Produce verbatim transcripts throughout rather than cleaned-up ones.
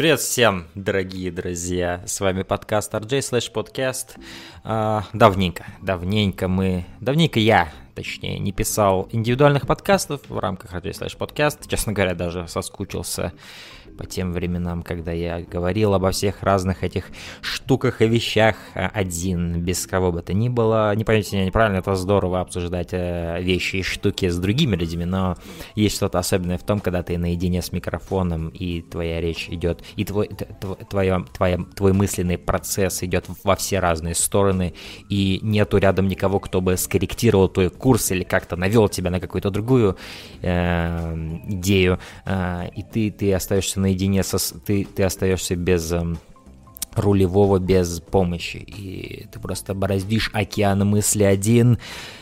Привет всем, дорогие друзья, с вами подкаст ар джей слэш podcast. А, давненько, давненько мы, давненько я, точнее, не писал индивидуальных подкастов в рамках ар джей слэш podcast. Честно говоря, даже соскучился по тем временам, когда я говорил обо всех разных этих штуках и вещах один, без кого бы то ни было. Не поймите меня неправильно, это здорово обсуждать вещи и штуки с другими людьми, но есть что-то особенное в том, когда ты наедине с микрофоном, и твоя речь идет, и твой, твой, твой, твой мысленный процесс идет во все разные стороны, и нету рядом никого, кто бы скорректировал твой курс или как-то навел тебя на какую-то другую э, идею, э, и ты, ты остаешься наедине со... Ты, ты остаешься без эм, рулевого, без помощи. И ты просто бороздишь океан мысли один.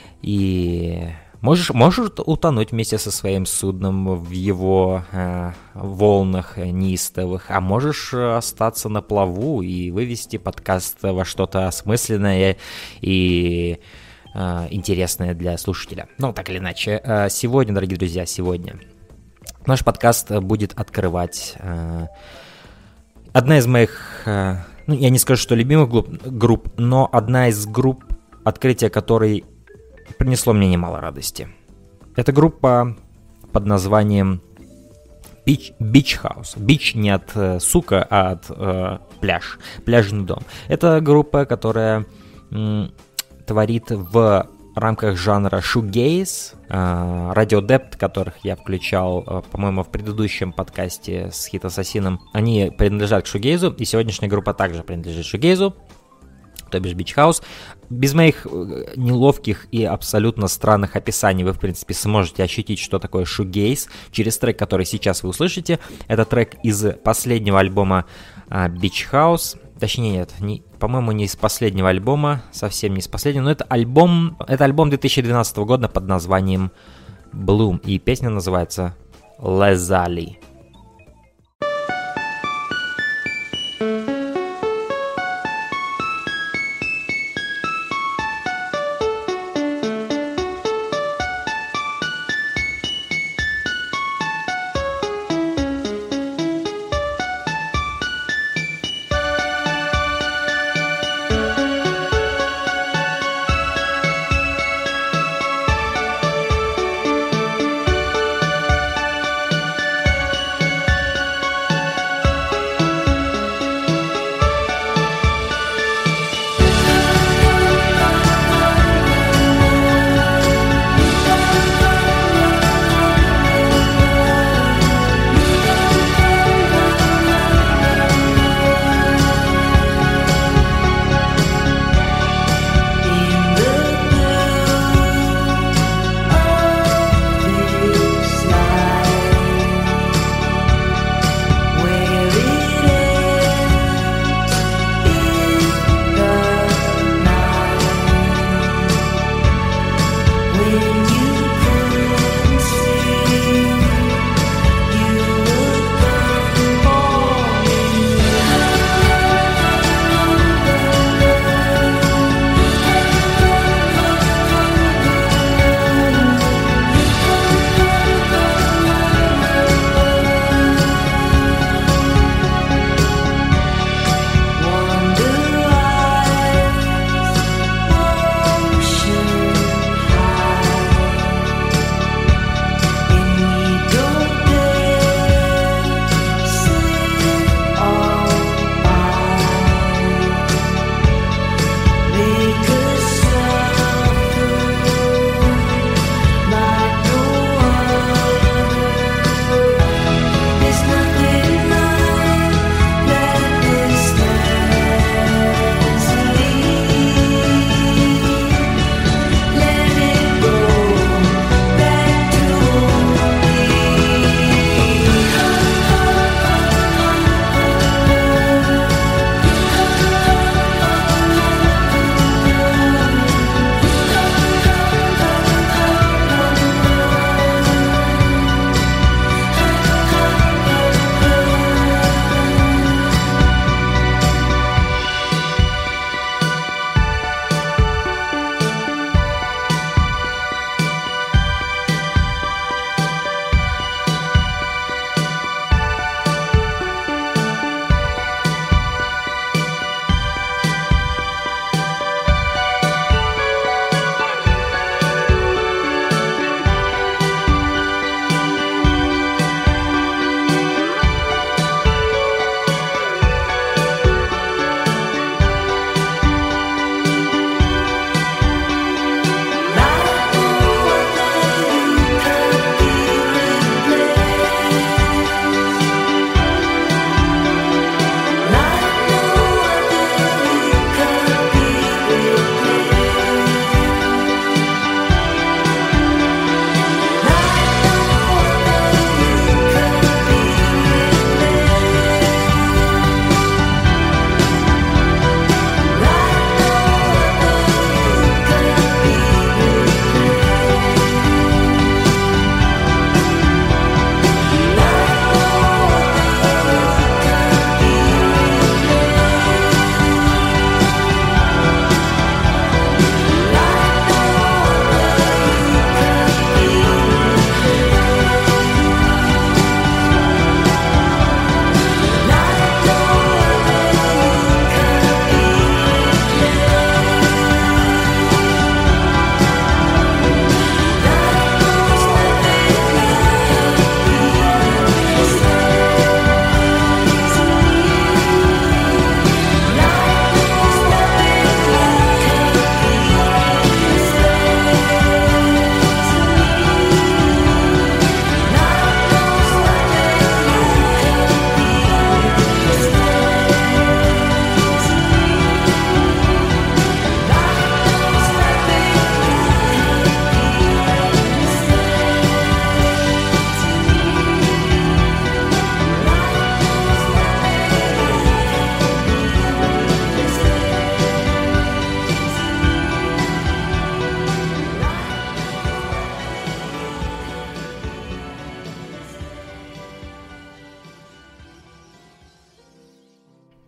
И можешь, можешь утонуть вместе со своим судном в его э, волнах неистовых. А можешь остаться на плаву и вывести подкаст во что-то осмысленное и э, интересное для слушателя. Ну, так или иначе. Э, сегодня, дорогие друзья, сегодня... Наш подкаст будет открывать э, одна из моих, э, ну, я не скажу, что любимых групп, групп, но одна из групп, открытие которой принесло мне немало радости. Это группа под названием Beach, Beach House. Beach не от э, сука, а от э, пляж. Пляжный дом. Это группа, которая э, творит в рамках жанра shoegaze, Radio Dept, которых я включал, по-моему, в предыдущем подкасте с Hit Assassin, они принадлежат к shoegaze, и сегодняшняя группа также принадлежит shoegaze, то бишь Beach House. Без моих неловких и абсолютно странных описаний вы, в принципе, сможете ощутить, что такое shoegaze через трек, который сейчас вы услышите. Это трек из последнего альбома Beach House. Точнее, нет, не, по-моему, не из последнего альбома, совсем не из последнего, но это альбом, это альбом две тысячи двенадцатого года под названием Bloom, и песня называется Lazali.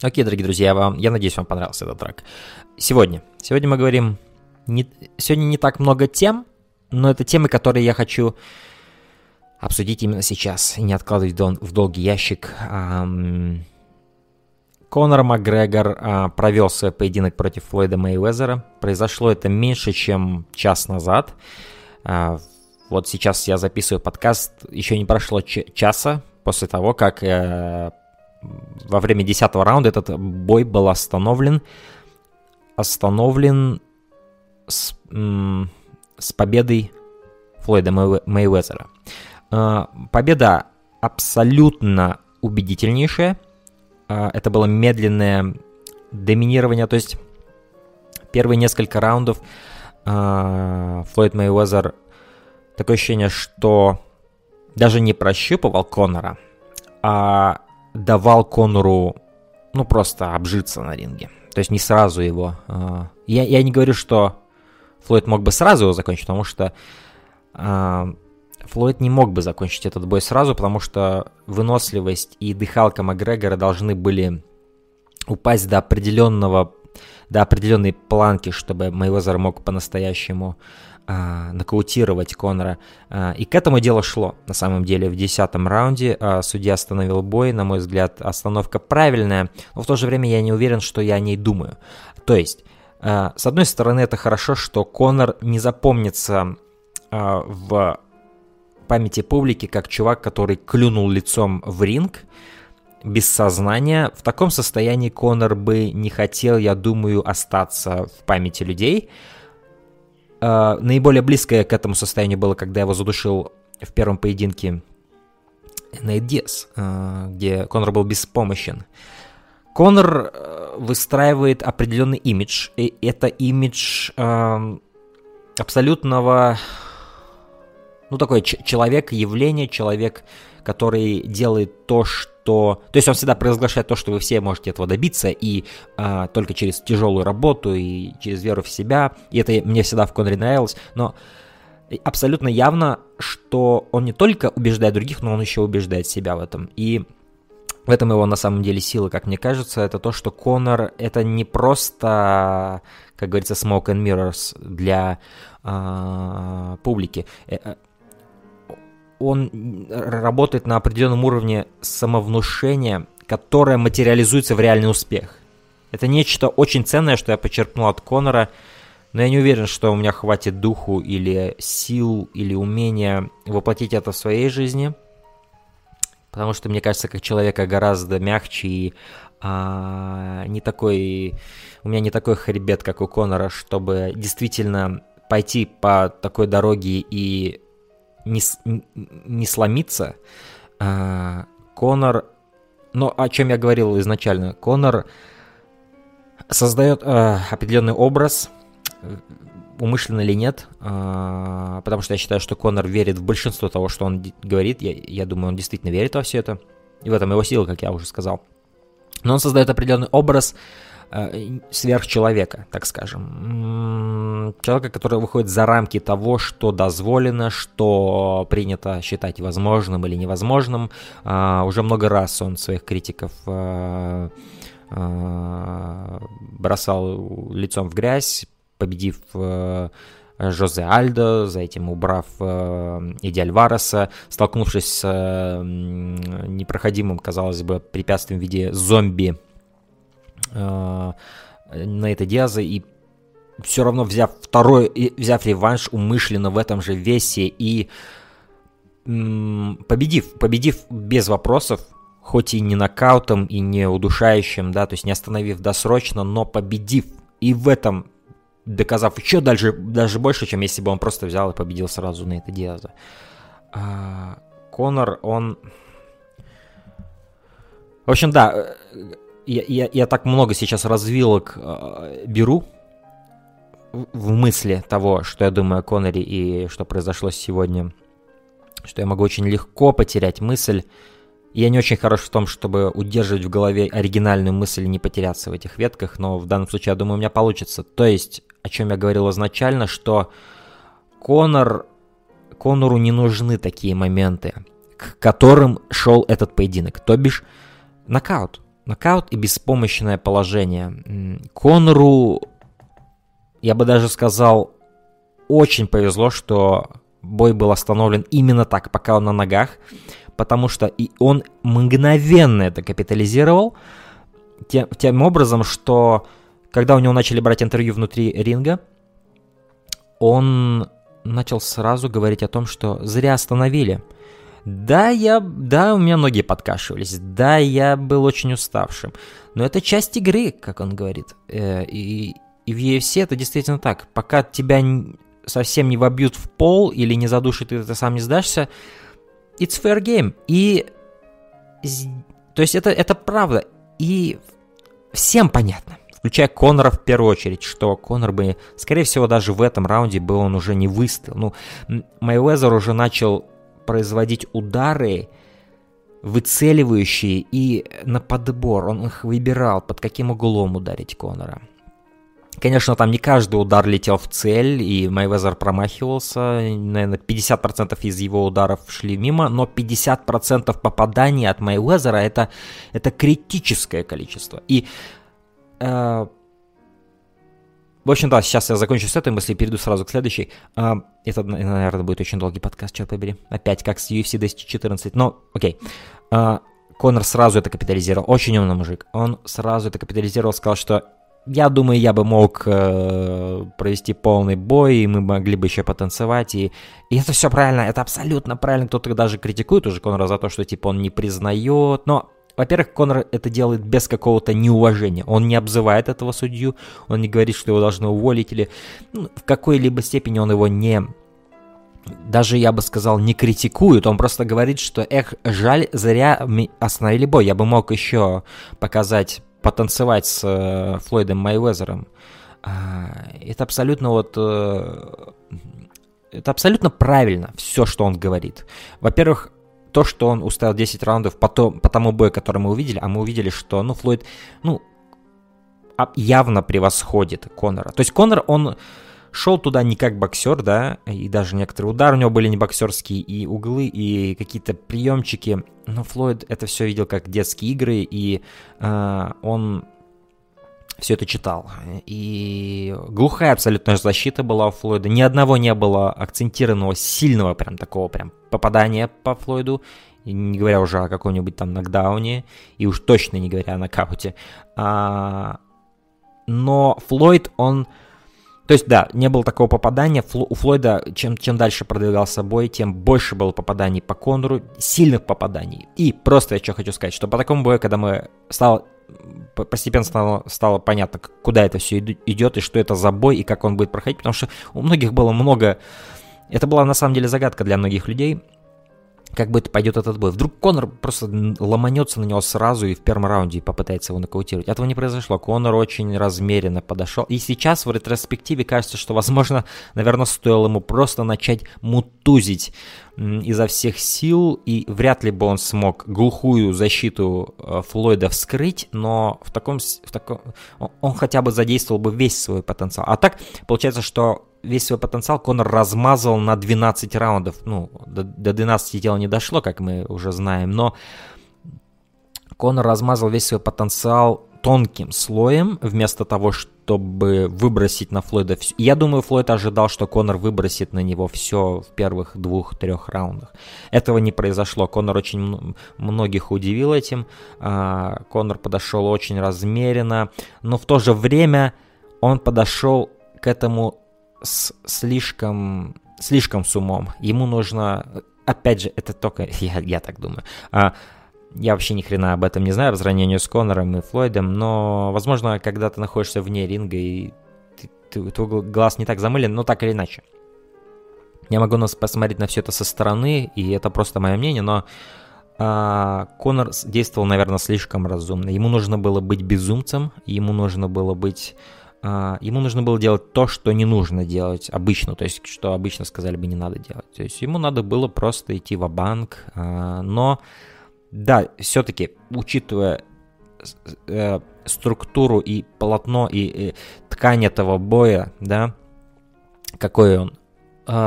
Окей, дорогие друзья, вам, я надеюсь, вам понравился этот трек. Сегодня. Сегодня мы говорим... Не, сегодня не так много тем, но это темы, которые я хочу обсудить именно сейчас и не откладывать в, дол- в долгий ящик. Эм, Конор Макгрегор э, провел свой поединок против Флойда Мейвезера. Произошло это меньше, чем час назад. Э, вот сейчас я записываю подкаст. Еще не прошло ч- часа после того, как... Э, во время десятого раунда этот бой был остановлен. Остановлен с, м, с победой Флойда Мейвезера. Э, победа абсолютно убедительнейшая. Э, это было медленное доминирование. То есть первые несколько раундов э, Флойд Мейвезер, такое ощущение, что даже не прощупывал Конора, а давал Конору, ну, просто обжиться на ринге. То есть не сразу его... Э, я, я не говорю, что Флойд мог бы сразу его закончить, потому что э, Флойд не мог бы закончить этот бой сразу, потому что выносливость и дыхалка Макгрегора должны были упасть до определенного, до определенной планки, чтобы Мейвезер мог по-настоящему Uh, нокаутировать Конора. Uh, и к этому дело шло. На самом деле в десятом раунде uh, судья остановил бой. На мой взгляд, остановка правильная, но в то же время я не уверен, что я о ней думаю. То есть, uh, с одной стороны, это хорошо, что Конор не запомнится uh, в памяти публики как чувак, который клюнул лицом в ринг без сознания. В таком состоянии Конор бы не хотел, я думаю, остаться в памяти людей. Uh, наиболее близкое к этому состоянию было, когда его задушил в первом поединке Нейт Диас, uh, где Конор был беспомощен. Конор uh, выстраивает определенный имидж, и это имидж uh, абсолютного, ну, такой ч- человек, явление, человек, который делает то, что... То есть он всегда провозглашает то, что вы все можете этого добиться, и а, только через тяжелую работу, и через веру в себя. И это мне всегда в Коноре нравилось. Но абсолютно явно, что он не только убеждает других, но он еще убеждает себя в этом. И в этом его на самом деле сила, как мне кажется, это то, что Конор — это не просто, как говорится, smoke and mirrors для а, публики. Он работает на определенном уровне самовнушения, которое материализуется в реальный успех. Это нечто очень ценное, что я почерпнул от Конора, но я не уверен, что у меня хватит духу или сил, или умения воплотить это в своей жизни, потому что, мне кажется, как человека гораздо мягче и а, не такой... У меня не такой хребет, как у Конора, чтобы действительно пойти по такой дороге и Не, не сломиться. А, Конор, но о чем я говорил изначально, Конор создает а, определенный образ, умышленно или нет, а, потому что я считаю, что Конор верит в большинство того, что он д- говорит. Я, я думаю, он действительно верит во все это, и в этом его сила, как я уже сказал. Но он создает определенный образ сверхчеловека, так скажем. Человека, который выходит за рамки того, что дозволено, что принято считать возможным или невозможным. Uh, уже много раз он своих критиков uh, uh, бросал лицом в грязь, победив uh, Жозе Альдо, за этим убрав uh, Эдди Альвареса, столкнувшись с uh, непроходимым, казалось бы, препятствием в виде зомби Нейта Диаза, и все равно взяв второй, взяв реванш умышленно в этом же весе и м- победив, победив без вопросов, хоть и не нокаутом, и не удушающим, да, то есть не остановив досрочно, но победив, и в этом доказав еще дальше, даже больше, чем если бы он просто взял и победил сразу Нейта Диаза. А, Конор, он... В общем, да, Я, я, я так много сейчас развилок э, беру в мысли того, что я думаю о Коноре и что произошло сегодня, что я могу очень легко потерять мысль. Я не очень хорош в том, чтобы удерживать в голове оригинальную мысль и не потеряться в этих ветках, но в данном случае, я думаю, у меня получится. То есть, о чем я говорил изначально, что Конор, Конору не нужны такие моменты, к которым шел этот поединок, то бишь нокаут. нокаут и беспомощное положение. Конору, я бы даже сказал, очень повезло, что бой был остановлен именно так, пока он на ногах, потому что и он мгновенно это капитализировал тем, тем образом, что когда у него начали брать интервью внутри ринга, он начал сразу говорить о том, что зря остановили. Да, я, да, у меня ноги подкашивались, да, я был очень уставшим, но это часть игры, как он говорит, и, и в ю эф си это действительно так, пока тебя совсем не вобьют в пол или не задушат, и ты сам не сдашься, it's fair game, и, то есть это, это правда, и всем понятно, включая Конора в первую очередь, что Конор бы, скорее всего, даже в этом раунде бы он уже не выстоял, ну, Мейуэзер уже начал производить удары, выцеливающие и на подбор. Он их выбирал, под каким углом ударить Конора. Конечно, там не каждый удар летел в цель, и Мейвезер промахивался. Наверное, пятьдесят процентов из его ударов шли мимо, но пятьдесят процентов попаданий от Мейвезера это, это критическое количество. И э, в общем, да, сейчас я закончу с этой мыслью и перейду сразу к следующей. Это, наверное, будет очень долгий подкаст, черт побери. Опять, как с ю эф си двести четырнадцать. Но, окей. Конор сразу это капитализировал. Очень умный мужик. Он сразу это капитализировал, сказал, что я думаю, я бы мог э, провести полный бой, и мы могли бы еще потанцевать. И, и это все правильно, это абсолютно правильно. Кто-то даже критикует уже Конора за то, что типа он не признает. Но... Во-первых, Конор это делает без какого-то неуважения. Он не обзывает этого судью, он не говорит, что его должны уволить, или ну, в какой-либо степени он его не, даже я бы сказал, не критикует. Он просто говорит, что, эх, жаль, зря остановили бой. Я бы мог еще показать, потанцевать с э, Флойдом Мейвезером. А, это абсолютно вот... Э, это абсолютно правильно, все, что он говорит. Во-первых, то, что он устоял десять раундов по, то, по тому бою, который мы увидели, а мы увидели, что, ну, Флойд, ну, явно превосходит Конора. То есть Конор, он шел туда не как боксер, да, и даже некоторые удары у него были не боксерские, и углы, и какие-то приемчики, но Флойд это все видел как детские игры, и э, он все это читал. И глухая абсолютно защита была у Флойда. Ни одного не было акцентированного, сильного прям такого прям попадания по Флойду. И не говоря уже о каком-нибудь там нокдауне. И уж точно не говоря о нокауте. А, но Флойд, он... То есть, да, не было такого попадания. Фло, у Флойда, чем, чем дальше продвигался бой, тем больше было попаданий по Конору. Сильных попаданий. И просто я что хочу сказать, что по такому бою, когда мы... Стало, постепенно стало, стало понятно, куда это все идет, и что это за бой, и как он будет проходить. Потому что у многих было много... Это была на самом деле загадка для многих людей. Как будет пойдет этот бой. Вдруг Конор просто ломанется на него сразу и в первом раунде попытается его нокаутировать. Этого не произошло. Конор очень размеренно подошел. И сейчас в ретроспективе кажется, что, возможно, наверное, стоило ему просто начать мутузить изо всех сил. И вряд ли бы он смог глухую защиту Флойда вскрыть. Но в таком, в таком... он хотя бы задействовал бы весь свой потенциал. А так получается, что... Весь свой потенциал Конор размазал на двенадцать раундов. Ну, до, до двенадцати дело не дошло, как мы уже знаем, но Конор размазал весь свой потенциал тонким слоем, вместо того, чтобы выбросить на Флойда все. Я думаю, Флойд ожидал, что Конор выбросит на него все в первых двух-трех раундах. Этого не произошло. Конор очень многих удивил этим. Конор подошел очень размеренно, но в то же время он подошел к этому С слишком, слишком с умом. Ему нужно, опять же, это только, я, я так думаю, а, я вообще ни хрена об этом не знаю, в сравнении с Конором и Флойдом, но, возможно, когда ты находишься вне ринга, и ты, ты, твой глаз не так замылен, но так или иначе. Я могу нас посмотреть на все это со стороны, и это просто мое мнение, но а, Конор действовал, наверное, слишком разумно. Ему нужно было быть безумцем, ему нужно было быть... Ему нужно было делать то, что не нужно делать обычно, то есть, что обычно сказали бы не надо делать. То есть, ему надо было просто идти ва-банк, но, да, все-таки, учитывая э, структуру и полотно, и, и ткань этого боя, да, какой он, э,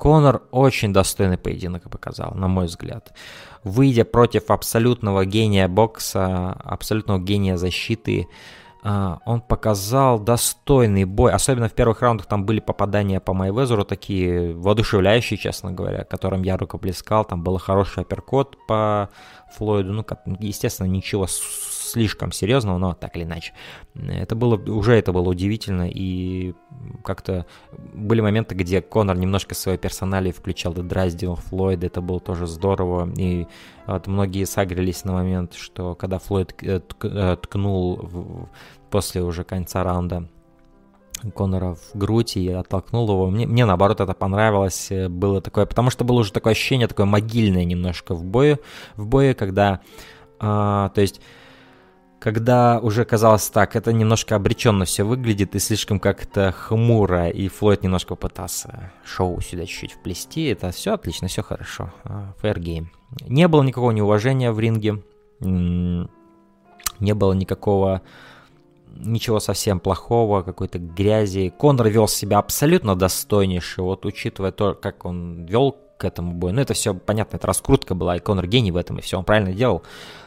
Конор очень достойный поединок показал, на мой взгляд. Выйдя против абсолютного гения бокса, абсолютного гения защиты, он показал достойный бой. Особенно в первых раундах там были попадания по Майвезеру, такие воодушевляющие, честно говоря, которым я рукоплескал. Там был хороший апперкот по Флойду. Ну, естественно, ничего слишком серьезного, но так или иначе. Это было, уже это было удивительно. И как-то были моменты, где Конор немножко своей персоналии включал и дразнил Флойда. Это было тоже здорово. И вот многие сагрились на момент, что когда Флойд ткнул в, после уже конца раунда Конора в грудь и оттолкнул его. Мне, мне наоборот это понравилось. Было такое, потому что было уже такое ощущение, такое могильное немножко в бою, в бою, когда, а, то есть, когда уже казалось так, это немножко обреченно все выглядит и слишком как-то хмуро, и Флойд немножко пытался шоу сюда чуть-чуть вплести. Это все отлично, все хорошо. Fair game. Не было никакого неуважения в ринге, не было никакого, ничего совсем плохого, какой-то грязи. Конор вел себя абсолютно достойнейше, вот учитывая то, как он вел к этому бою. Ну, это все, понятно, это раскрутка была, и Конор гений в этом, и все он правильно делал.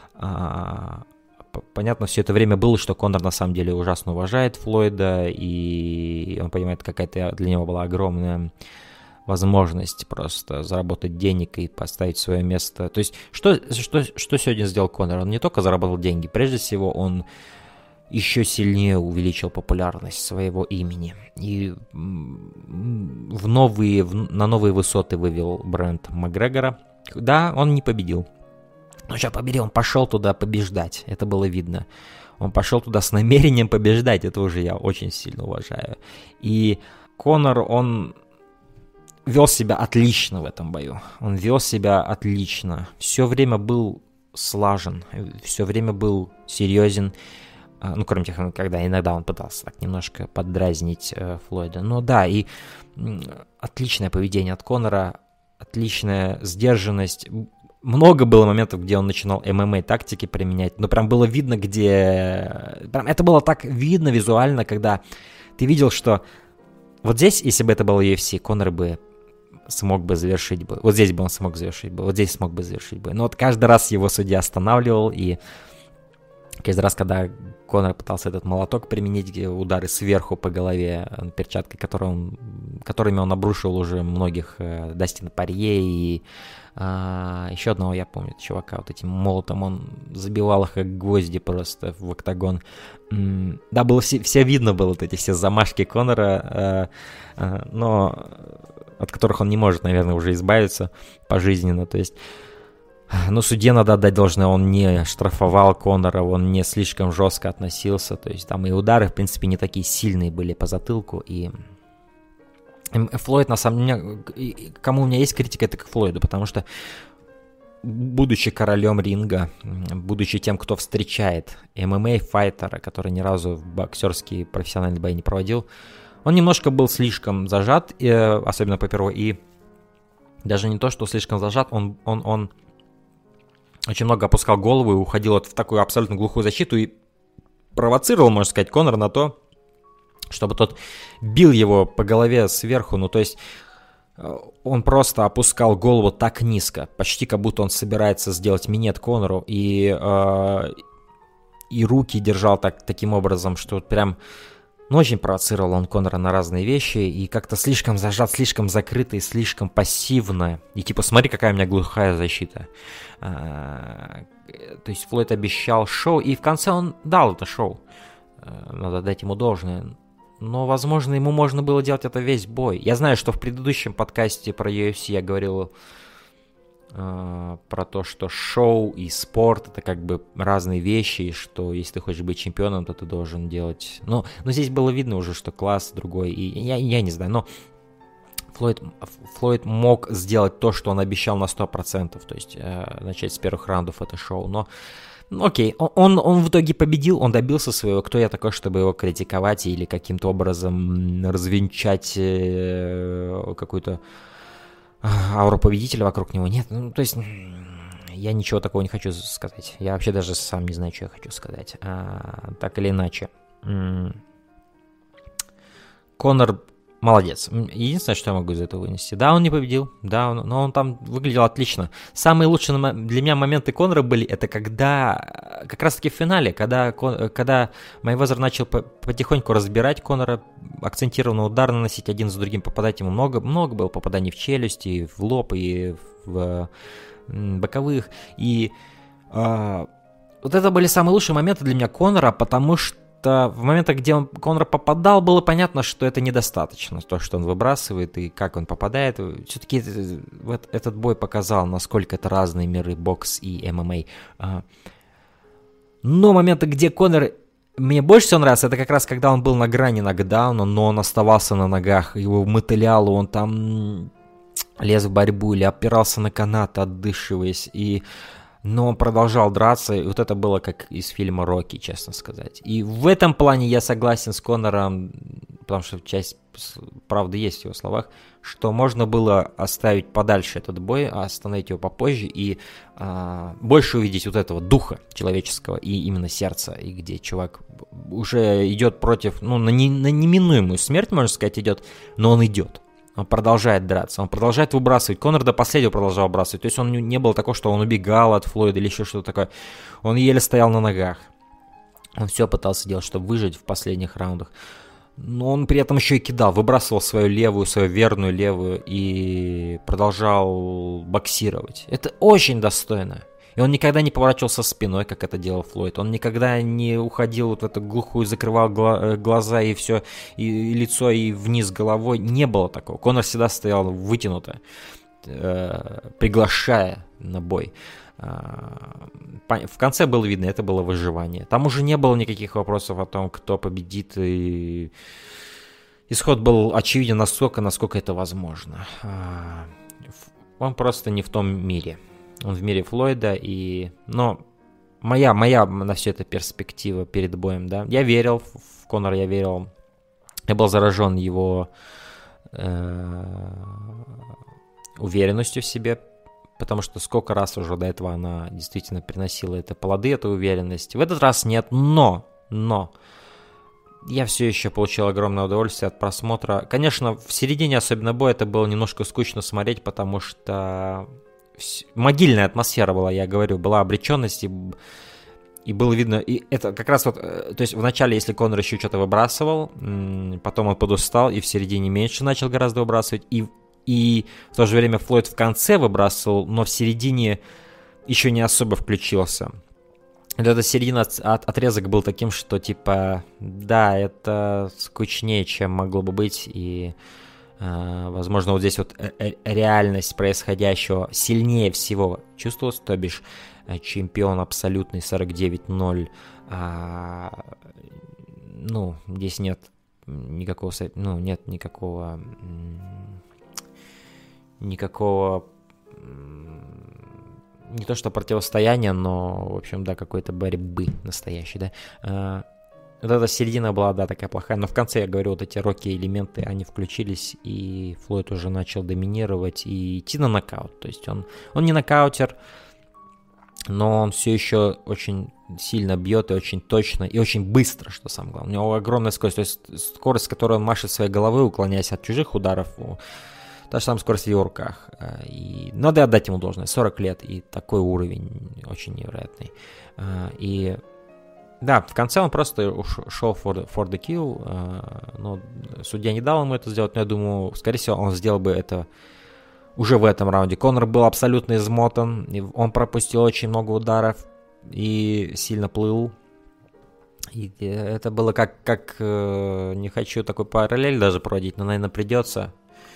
Понятно, все это время было, что Конор на самом деле ужасно уважает Флойда, и он понимает, какая-то для него была огромная возможность просто заработать денег и поставить свое место. То есть, что, что, что сегодня сделал Конор? Он не только заработал деньги, прежде всего он еще сильнее увеличил популярность своего имени. И в новые, в, на новые высоты вывел бренд Макгрегора. Да, он не победил. Но сейчас победил, он пошел туда побеждать, это было видно. Он пошел туда с намерением побеждать, это уже я очень сильно уважаю. И Конор, он вел себя отлично в этом бою. Он вел себя отлично. Все время был слажен, все время был серьезен. Ну, кроме тех, когда иногда он пытался так немножко поддразнить э, Флойда. Но да, и м, отличное поведение от Конора, отличная сдержанность. Много было моментов, где он начинал эм эм а-тактики применять. Но прям было видно, где... Прям это было так видно визуально, когда ты видел, что вот здесь, если бы это было ю эф си, Конор бы смог бы завершить бой. Вот здесь бы он смог завершить бой. Вот здесь смог бы завершить бой. Но вот каждый раз его судья останавливал, и каждый раз, когда Конор пытался этот молоток применить, удары сверху по голове перчаткой, которой он, которыми он обрушил уже многих, э, Дастина Порье и э, еще одного, я помню, чувака, вот этим молотом он забивал их как гвозди просто в октагон. М-м, да, было все, все видно было, вот эти все замашки Конора, э, э, но от которых он не может, наверное, уже избавиться пожизненно, то есть... Но судье надо отдать должное, он не штрафовал Конора, он не слишком жестко относился, то есть там и удары, в принципе, не такие сильные были по затылку, и Флойд, на самом деле, кому у меня есть критика, это к Флойду, потому что, будучи королем ринга, будучи тем, кто встречает эм эм а-файтера, который ни разу в боксерский профессиональный бой не проводил, он немножко был слишком зажат, особенно по первой, и даже не то, что слишком зажат, он, он, он очень много опускал голову и уходил вот в такую абсолютно глухую защиту и провоцировал, можно сказать, Конора на то, чтобы тот бил его по голове сверху. Ну, то есть он просто опускал голову так низко, почти как будто он собирается сделать минет Конору, и, э, и руки держал так, таким образом, что прям... Ну, очень провоцировал он Конора на разные вещи, и как-то слишком зажат, слишком закрытый, слишком пассивно. И типа, смотри, какая у меня глухая защита. А, то есть Флойд обещал шоу, и в конце он дал это шоу. А, надо дать ему должное. Но, возможно, ему можно было делать это весь бой. Я знаю, что в предыдущем подкасте про ю эф си я говорил... про то, что шоу и спорт — это как бы разные вещи, и что если ты хочешь быть чемпионом, то ты должен делать... Ну, но здесь было видно уже, что класс другой, и я, я не знаю, но Флойд, Флойд мог сделать то, что он обещал на сто процентов, то есть э, начать с первых раундов это шоу, но ну, окей, он, он в итоге победил, он добился своего, кто я такой, чтобы его критиковать или каким-то образом развенчать э, какую-то ауру победителя вокруг него. Нет, ну, то есть я ничего такого не хочу сказать. Я вообще даже сам не знаю, что я хочу сказать. А, так или иначе. Конор молодец. Единственное, что я могу из этого вынести. Да, он не победил, да, он, но он там выглядел отлично. Самые лучшие для меня моменты Конора были, это когда, как раз-таки в финале, когда, когда Мейвезер начал потихоньку разбирать Конора, акцентированный удар наносить один за другим, попадать ему много, много было попаданий в челюсть, и в лоб, и в боковых, и э, вот это были самые лучшие моменты для меня Конора, потому что в моментах, где он, Конор попадал, было понятно, что это недостаточно, то, что он выбрасывает и как он попадает. Все-таки вот этот бой показал, насколько это разные миры, бокс и эм эм а. Но моменты, где Конор мне больше всего нравится, это как раз когда он был на грани нокдауна, но он оставался на ногах, его мотыляло, он там лез в борьбу или опирался на канат, отдышиваясь, и... но он продолжал драться, и вот это было как из фильма «Рокки», честно сказать. И в этом плане я согласен с Конором, потому что часть правды есть в его словах, что можно было оставить подальше этот бой, остановить его попозже и а, больше увидеть вот этого духа человеческого и именно сердца, и где чувак уже идет против, ну, на, не, на неминуемую смерть, можно сказать, идет, но он идет. Он продолжает драться, он продолжает выбрасывать. Конор до последнего продолжал выбрасывать. То есть он не было такого, что он убегал от Флойда или еще что-то такое. Он еле стоял на ногах. Он все пытался делать, чтобы выжить в последних раундах. Но он при этом еще и кидал, выбрасывал свою левую, свою верную левую и продолжал боксировать. Это очень достойно. И он никогда не поворачивался спиной, как это делал Флойд. Он никогда не уходил вот в эту глухую, закрывал гла- глаза и все, и, и лицо, и вниз головой. Не было такого. Конор всегда стоял вытянуто, э, приглашая на бой. Э, в конце было видно, это было выживание. Там уже не было никаких вопросов о том, кто победит. И исход был очевиден настолько, насколько это возможно. Э, он просто не в том мире. Он в мире Флойда, и... Но моя, моя на все это перспектива перед боем, да. Я верил в Конора, я верил. Я был заражен его э, уверенностью в себе, потому что сколько раз уже до этого она действительно приносила это плоды, эту уверенность. В этот раз нет, но, но... Я все еще получил огромное удовольствие от просмотра. Конечно, в середине особенно боя это было немножко скучно смотреть, потому что... Могильная атмосфера была, я говорю, была обреченность, и, и было видно, и это как раз вот, то есть вначале, если Конор еще что-то выбрасывал, потом он подустал, и в середине меньше начал гораздо выбрасывать, и, и в то же время Флойд в конце выбрасывал, но в середине еще не особо включился. Вот эта середина от, от, отрезок был таким, что типа, да, это скучнее, чем могло бы быть, и... Uh, возможно, вот здесь вот реальность происходящего сильнее всего чувствовалась, то бишь чемпион абсолютный сорок девять ноль. Uh, ну, здесь нет никакого, ну, нет никакого, никакого, не то что противостояния, но, в общем, да, какой-то борьбы настоящей, да. Uh, Вот эта середина была, да, такая плохая, но в конце, я говорю, вот эти роки-элементы, они включились, и Флойд уже начал доминировать и идти на нокаут. То есть он, он не нокаутер, но он все еще очень сильно бьет и очень точно, и очень быстро, что самое главное. У него огромная скорость, то есть скорость, с которой он машет своей головой, уклоняясь от чужих ударов, та же самая скорость в его руках. И надо отдать ему должное, сорок лет, и такой уровень очень невероятный. И... Да, в конце он просто шел for the, for the kill, э, но судья не дал ему это сделать, но я думаю, скорее всего, он сделал бы это уже в этом раунде. Конор был абсолютно измотан, он пропустил очень много ударов и сильно плыл. И это было как, как э, не хочу такой параллель даже проводить, но, наверное, придется.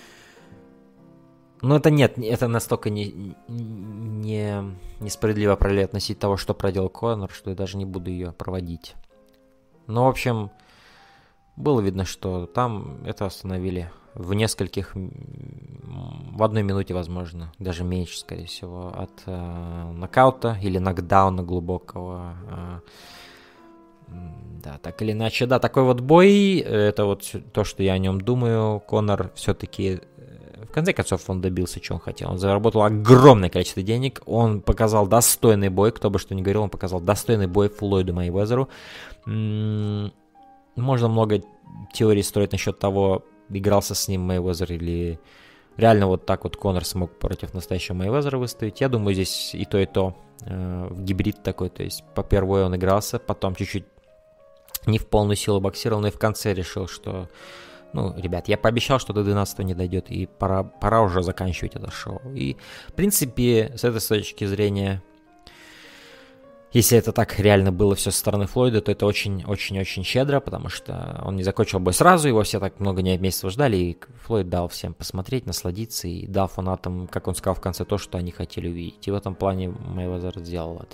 Но это нет, это настолько не, не, несправедливо параллель относить того, что проделал Конор, что я даже не буду ее проводить. Но, в общем, было видно, что там это остановили в нескольких, в одной минуте, возможно, даже меньше, скорее всего, от э, нокаута или нокдауна глубокого. Э, да, так или иначе, да, такой вот бой, это вот то, что я о нем думаю. Конор все-таки... В конце концов, он добился, чего он хотел. Он заработал огромное количество денег. Он показал достойный бой. Кто бы что ни говорил, он показал достойный бой Флойду Мейвезеру. Можно много теорий строить насчет того, игрался с ним Мейвезер, или реально вот так вот Конор смог против настоящего Мейвезера выставить. Я думаю, здесь и то, и то. Э, гибрид такой, то есть по первой он игрался, потом чуть-чуть не в полную силу боксировал, но и в конце решил, что, ну, ребят, я пообещал, что до двенадцатого не дойдет, и пора, пора уже заканчивать это шоу. И, в принципе, с этой точки зрения, если это так реально было все со стороны Флойда, то это очень-очень-очень щедро, потому что он не закончил бой сразу, его все так много месяцев ждали, и Флойд дал всем посмотреть, насладиться, и дал фанатам, как он сказал в конце, то, что они хотели увидеть. И в этом плане Мейвезер сделал это.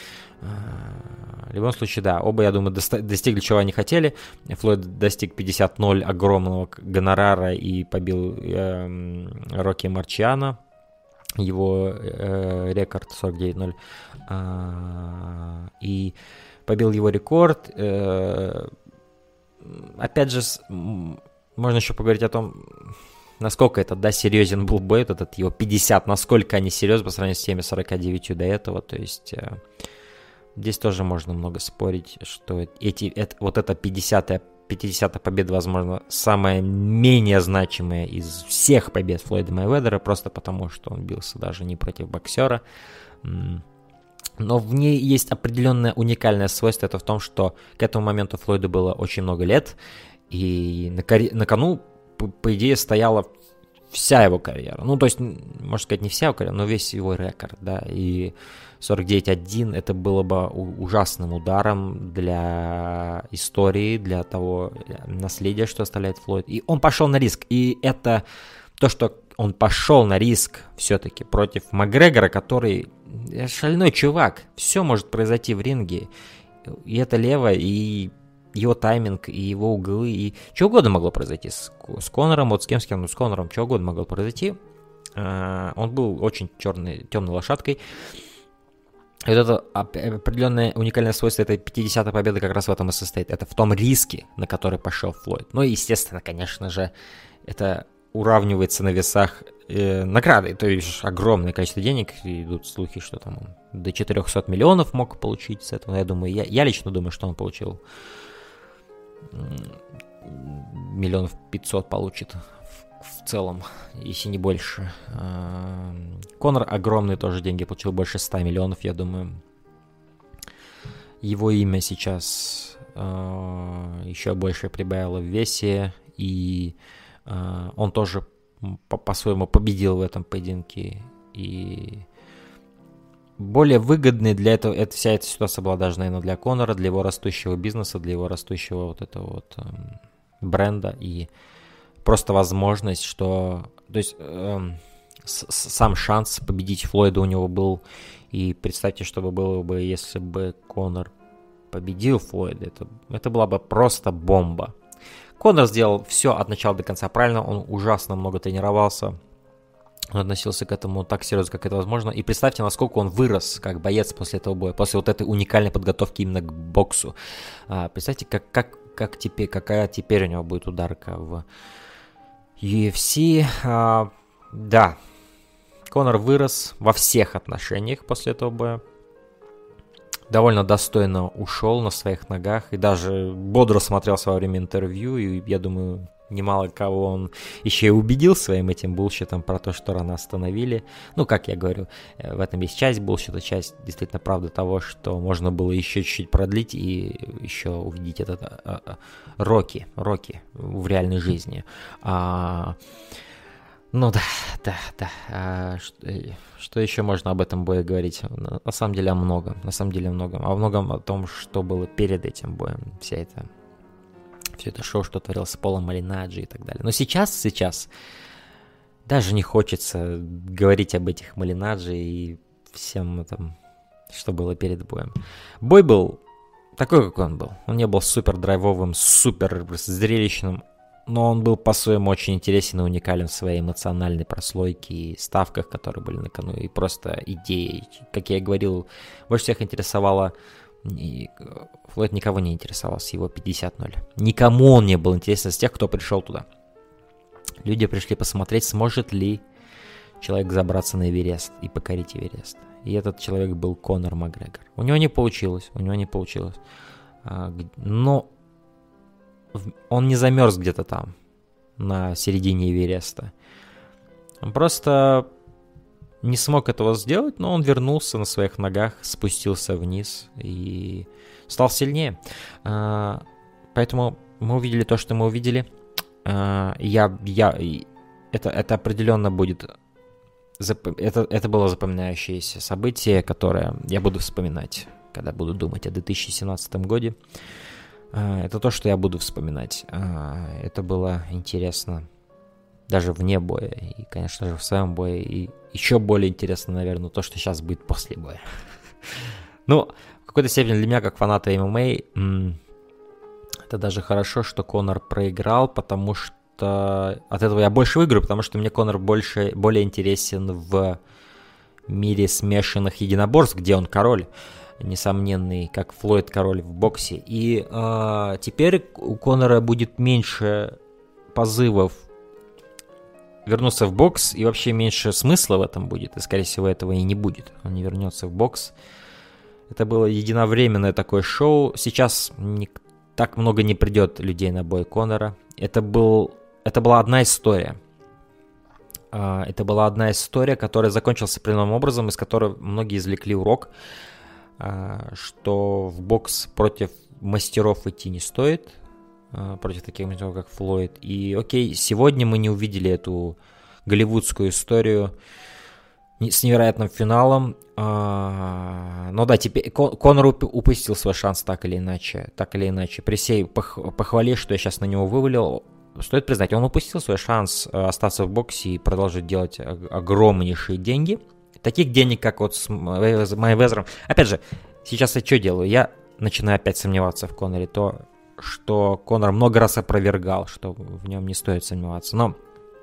В любом случае, да, оба, я думаю, достигли, чего они хотели. Флойд достиг пятьдесят ноль огромного гонорара и побил э, Рокки Марчиано. Его э, рекорд сорок девять ноль. А, и побил его рекорд. Э, опять же, с, можно еще поговорить о том, насколько это, да, серьезен был бой, этот его пятьдесят, насколько они серьезны по сравнению с теми сорок девять до этого. То есть э, здесь тоже можно много спорить, что эти, это, вот эта пятидесятая пятидесятая победа, возможно, самая менее значимая из всех побед Флойда Мейвезера, просто потому, что он бился даже не против боксера. Но в ней есть определенное уникальное свойство, это в том, что к этому моменту Флойду было очень много лет, и на, кори- на кону, по, по идее, стояла вся его карьера. Ну, то есть, можно сказать, не вся его карьера, но весь его рекорд, да, и сорок девять один это было бы ужасным ударом для истории, для того наследия, что оставляет Флойд. И он пошел на риск. И это то, что он пошел на риск все-таки против Макгрегора, который шальной чувак. Все может произойти в ринге. И это лево, и его тайминг, и его углы, и что угодно могло произойти с, с Конором, вот с кем, с кем, ну, с Конором, что угодно могло произойти. Он был очень черной, темной лошадкой. И вот это определенное уникальное свойство этой пятидесятой победы как раз в этом и состоит. Это в том риске, на который пошел Флойд. Ну и, естественно, конечно же, это уравнивается на весах э, награды. То есть огромное количество денег. И идут слухи, что там он до четыреста миллионов мог получить с этого. Я думаю, я, я лично думаю, что он получил миллионов пятьсот получит в целом, если не больше. Конор огромные тоже деньги получил, больше ста миллионов, я думаю. Его имя сейчас э, еще больше прибавило в весе, и э, он тоже по- по-своему победил в этом поединке. И более выгодной для этого, это, вся эта ситуация была даже, наверное, для Конора, для его растущего бизнеса, для его растущего вот этого вот э, бренда, и просто возможность, что... То есть э, с- сам шанс победить Флойда у него был. И представьте, что бы было бы, если бы Конор победил Флойда. Это, это была бы просто бомба. Конор сделал все от начала до конца правильно. Он ужасно много тренировался. Он относился к этому так серьезно, как это возможно. И представьте, насколько он вырос как боец после этого боя. После вот этой уникальной подготовки именно к боксу. А, представьте, как, как, как теперь, какая теперь у него будет ударка в ю эф си. А, да, Конор вырос во всех отношениях после этого боя. Довольно достойно ушел на своих ногах и даже бодро смотрелся во время интервью. И я думаю, немало кого он еще и убедил своим этим булщитом про то, что рано остановили. Ну, как я говорю, в этом есть часть булщита, часть действительно правды того, что можно было еще чуть-чуть продлить и еще увидеть этот а, а, Рокки, Рокки в реальной жизни. А, ну да, да, да. А, что, что еще можно об этом бое говорить? На, на самом деле о многом, на самом деле о многом. О многом о том, что было перед этим боем. Вся эта, все это шоу, что творилось с Полом Малинаджи и так далее. Но сейчас, сейчас даже не хочется говорить об этих Малинаджи и всем этом, что было перед боем. Бой был такой, как он был. Он не был супер драйвовым, супер зрелищным, но он был по-своему очень интересен и уникален в своей эмоциональной прослойке и ставках, которые были на кону, и просто идеей. Как я и говорил, больше всех интересовало... И Флойд никого не интересовал с его пятьдесят ноль. Никому он не был интересен из тех, кто пришел туда. Люди пришли посмотреть, сможет ли человек забраться на Эверест и покорить Эверест. И этот человек был Конор Макгрегор. У него не получилось, у него не получилось. Но он не замерз где-то там. на середине Эвереста. Он просто не смог этого сделать, но он вернулся на своих ногах, спустился вниз и стал сильнее. Поэтому мы увидели то, что мы увидели. Я, я, это, это определенно будет... Это, это было запоминающееся событие, которое я буду вспоминать, когда буду думать о две тысячи семнадцатом году. Это то, что я буду вспоминать. Это было интересно даже вне боя, и, конечно же, в своем бое. И еще более интересно, наверное, то, что сейчас будет после боя. Ну, в какой-то степени для меня, как фаната эм эм а, это даже хорошо, что Конор проиграл, потому что от этого я больше выиграю, потому что мне Конор больше, более интересен в мире смешанных единоборств, где он король, несомненный, как Флойд король в боксе. И э, теперь у Конора будет меньше позывов вернуться в бокс, и вообще меньше смысла в этом будет, и, скорее всего, этого и не будет. Он не вернется в бокс. Это было единовременное такое шоу. Сейчас не, так много не придет людей на бой Конора. Это был... Это была одна история. Это была одна история, которая закончилась определенным образом, из которой многие извлекли урок, что в бокс против мастеров идти не стоит, против таких мастеров, как Флойд. И окей, сегодня мы не увидели эту голливудскую историю с невероятным финалом. Но да, теперь Конор упустил свой шанс так или иначе. Так или иначе. При всей похвале, что я сейчас на него вывалил, стоит признать, он упустил свой шанс остаться в боксе и продолжить делать огромнейшие деньги. Таких денег, как вот с Мэйвезером. Опять же, сейчас я что делаю? Я начинаю опять сомневаться в Коноре. То, что Конор много раз опровергал, что в нем не стоит сомневаться. Но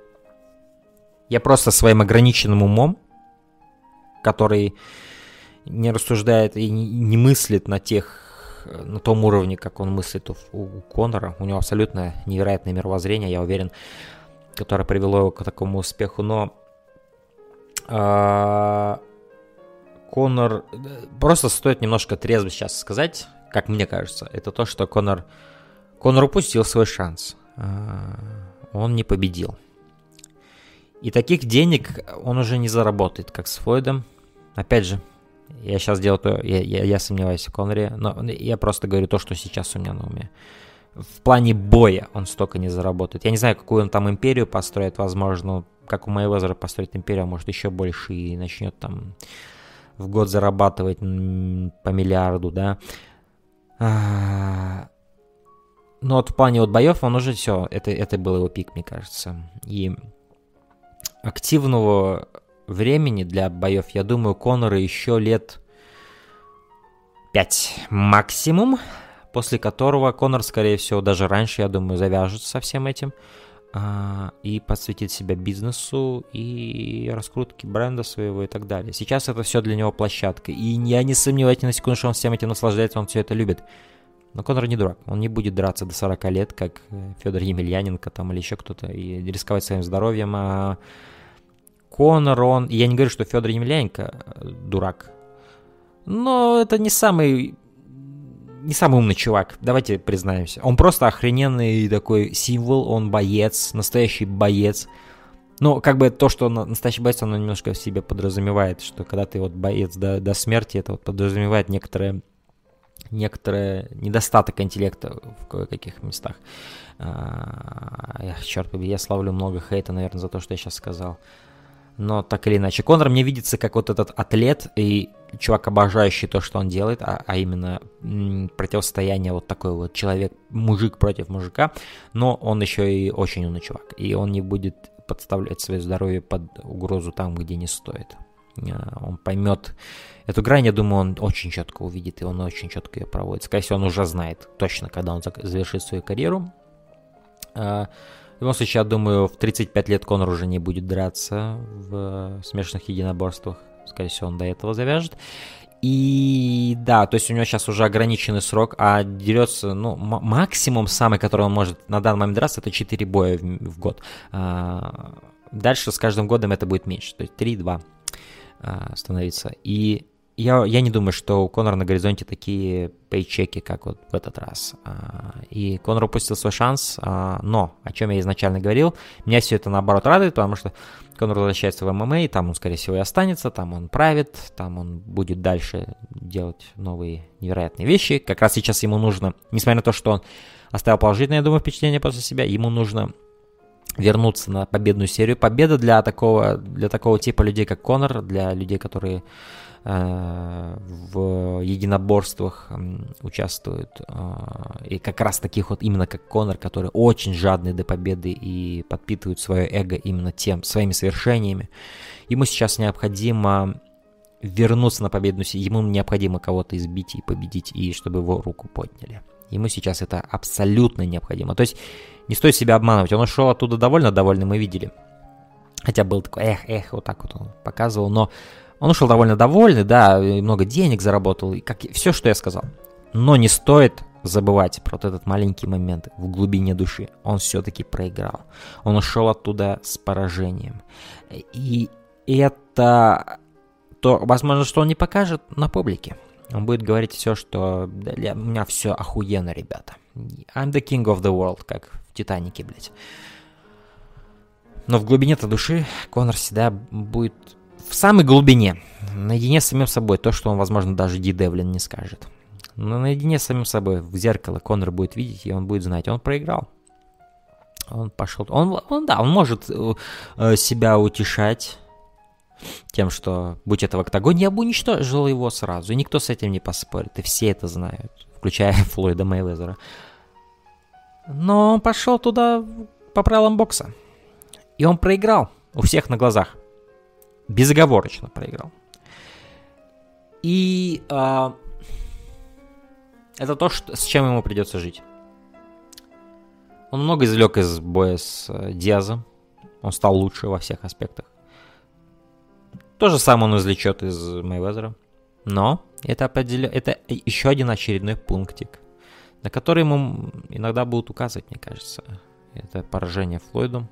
я просто своим ограниченным умом, который не рассуждает и не мыслит на тех на том уровне, как он мыслит у, у Конора. У него абсолютно невероятное мировоззрение, я уверен, которое привело его к такому успеху. Но э, Конор... Просто стоит немножко трезво сейчас сказать, как мне кажется. Это то, что Конор... Конор упустил свой шанс. Э, он не победил. И таких денег он уже не заработает, как с Флойдом. Опять же, я сейчас делаю то, я, я, я сомневаюсь в Коноре, но я просто говорю то, что сейчас у меня на уме. В плане боя он столько не заработает. Я не знаю, какую он там империю построит, возможно, как у Мэйвезера построит империю, а может еще больше, и начнет там в год зарабатывать по миллиарду, да. Но вот в плане вот боев он уже все, это, это был его пик, мне кажется. И активного времени для боев, я думаю, Конора еще лет пять максимум, после которого Конор, скорее всего, даже раньше, я думаю, завяжет со всем этим а, и посвятит себя бизнесу и раскрутке бренда своего и так далее. Сейчас это все для него площадка, и я не сомневаюсь на секунду, что он всем этим наслаждается, он все это любит. Но Конор не дурак, он не будет драться до сорока лет, как Федор Емельяненко там или еще кто-то, и рисковать своим здоровьем, а Конор, он... Я не говорю, что Федор Емельяненко дурак, но это не самый... не самый умный чувак, давайте признаемся. Он просто охрененный такой символ, он боец, настоящий боец. Но как бы то, что он настоящий боец, оно немножко в себе подразумевает, что когда ты вот боец до, до смерти, это вот подразумевает некоторое, некоторое недостаток интеллекта в кое-каких местах. А, я, черт побери, я славлю много хейта, наверное, за то, что я сейчас сказал. Но так или иначе, Конор мне видится как вот этот атлет и чувак, обожающий то, что он делает, а, а именно м, противостояние вот такой вот человек, мужик против мужика, но он еще и очень умный чувак, и он не будет подставлять свое здоровье под угрозу там, где не стоит. Он поймет эту грань, я думаю, он очень четко увидит, и он очень четко ее проводит. Скорее всего, он уже знает точно, когда он завершит свою карьеру. В любом случае, я думаю, в тридцать пять лет Конор уже не будет драться в смешанных единоборствах. Скорее всего, он до этого завяжет. И да, то есть у него сейчас уже ограниченный срок, а дерется, ну, м- максимум самый, который он может на данный момент драться, это четыре боя в, в год. А, дальше с каждым годом это будет меньше, то есть три-два а, становится. И я, я не думаю, что у Конора на горизонте такие пейчеки, как вот в этот раз. И Конор упустил свой шанс, но, о чем я изначально говорил, меня все это наоборот радует, потому что Конор возвращается в эм эм а, там он, скорее всего, и останется, там он правит, там он будет дальше делать новые невероятные вещи. Как раз сейчас ему нужно, несмотря на то, что он оставил положительное, я думаю, впечатление после себя, ему нужно вернуться на победную серию. Победа для такого, для такого типа людей, как Конор, для людей, которые э, в единоборствах э, участвуют, э, и как раз таких вот именно как Конор, которые очень жадны до победы и подпитывают свое эго именно тем, своими свершениями. Ему сейчас необходимо вернуться на победную серию, ему необходимо кого-то избить и победить, и чтобы его руку подняли. Ему сейчас это абсолютно необходимо. То есть не стоит себя обманывать. Он ушел оттуда довольно довольный, мы видели. Хотя был такой, эх, эх, вот так вот он показывал. Но он ушел довольно довольный, да, много денег заработал, и как все, что я сказал. Но не стоит забывать про вот этот маленький момент в глубине души. Он все-таки проиграл. Он ушел оттуда с поражением. И это то, возможно, что он не покажет на публике. Он будет говорить все, что для меня все охуенно, ребята. I'm the king of the world, как в Титанике, блядь. Но в глубине-то души Конор всегда будет в самой глубине, наедине с самим собой, то, что он, возможно, даже Ди Девлин не скажет. Но наедине с самим собой в зеркало Конор будет видеть, и он будет знать, он проиграл. Он пошел... Он, он да, он может э, себя утешать тем, что, будь это в октагоне, я бы уничтожил его сразу, и никто с этим не поспорит, и все это знают, включая Флойда Мейвезера. Но он пошел туда по правилам бокса, и он проиграл у всех на глазах, безоговорочно проиграл. И э, это то, что, с чем ему придется жить. Он много извлек из боя с э, Диазом, он стал лучше во всех аспектах. То же самое он извлечет из Мейвезера. Но это, определен... это еще один очередной пунктик, на который ему иногда будут указывать, мне кажется. Это поражение Флойдом.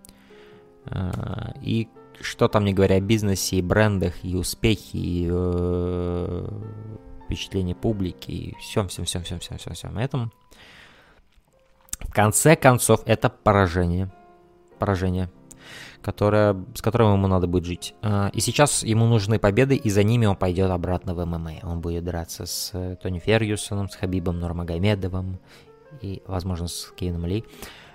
И что там не говоря о бизнесе, и брендах, и успехе, и э, впечатлении публики, и всем, всем, всем, всем, всем, всем, всем этому. В конце концов, это поражение. Поражение. Которая, с которым ему надо будет жить. И сейчас ему нужны победы, и за ними он пойдет обратно в эм эм а. Он будет драться с Тони Фергюсоном, с Хабибом Нурмагомедовым и, возможно, с Кейном Ли.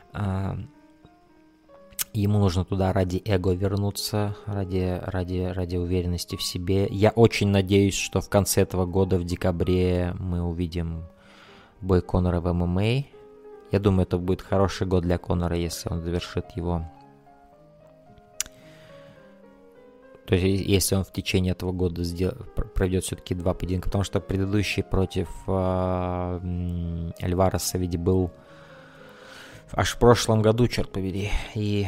Ему нужно туда ради эго вернуться, ради, ради, ради уверенности в себе. Я очень надеюсь, что в конце этого года, в декабре, мы увидим бой Конора в эм эм а. Я думаю, это будет хороший год для Конора, если он завершит его. То есть, если он в течение этого года сдел... проведет все-таки два поединка, потому что предыдущий против э, Альвареса ведь был аж в прошлом году, черт побери. И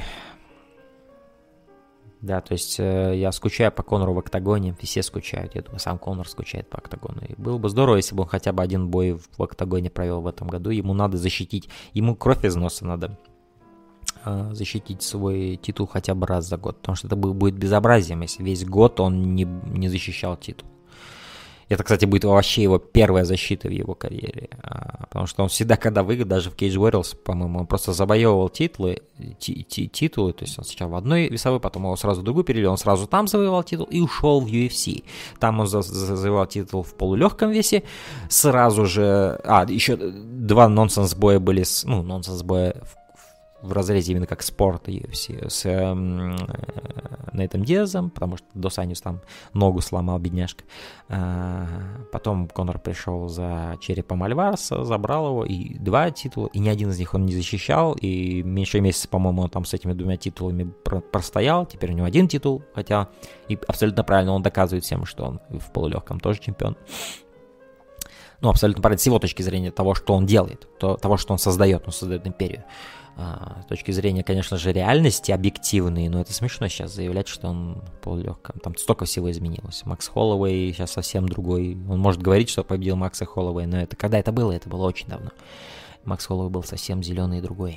да, то есть э, я скучаю по Конору в октагоне, все скучают, я думаю, сам Конор скучает по октагону. И было бы здорово, если бы он хотя бы один бой в октагоне провел в этом году. Ему надо защитить, ему кровь из носа надо защитить свой титул хотя бы раз за год, потому что это будет безобразием, если весь год он не, не защищал титул. Это, кстати, будет вообще его первая защита в его карьере, а, потому что он всегда, когда выиграл, даже в Cage Warriors, по-моему, он просто завоевывал титулы, ти- ти- титулы, то есть он сначала в одной весовой, потом его сразу в другую перевели, он сразу там завоевал титул и ушел в ю эф си. Там он за- за- завоевал титул в полулегком весе, сразу же, а, еще два нонсенс-боя были, с, ну, нонсенс-боя в в разрезе именно как спорта ю эф си с э, Нейтом Диазом, потому что Дос Аньос там ногу сломал, бедняжка. А, потом Конор пришел за черепом Альвареса, забрал его, и два титула, и ни один из них он не защищал, и меньше месяца, по-моему, он там с этими двумя титулами про- простоял, теперь у него один титул, хотя и абсолютно правильно он доказывает всем, что он в полулегком тоже чемпион. Ну, абсолютно правильно, с его точки зрения того, что он делает, то, того, что он создает, он создает империю. А, с точки зрения, конечно же, реальности объективной, но это смешно сейчас заявлять, что он полулегком. Там столько всего изменилось. Макс Холлоуэй сейчас совсем другой. Он может говорить, что победил Макса Холлоуэя, но это когда это было? Это было очень давно. Макс Холлоуэй был совсем зеленый и другой.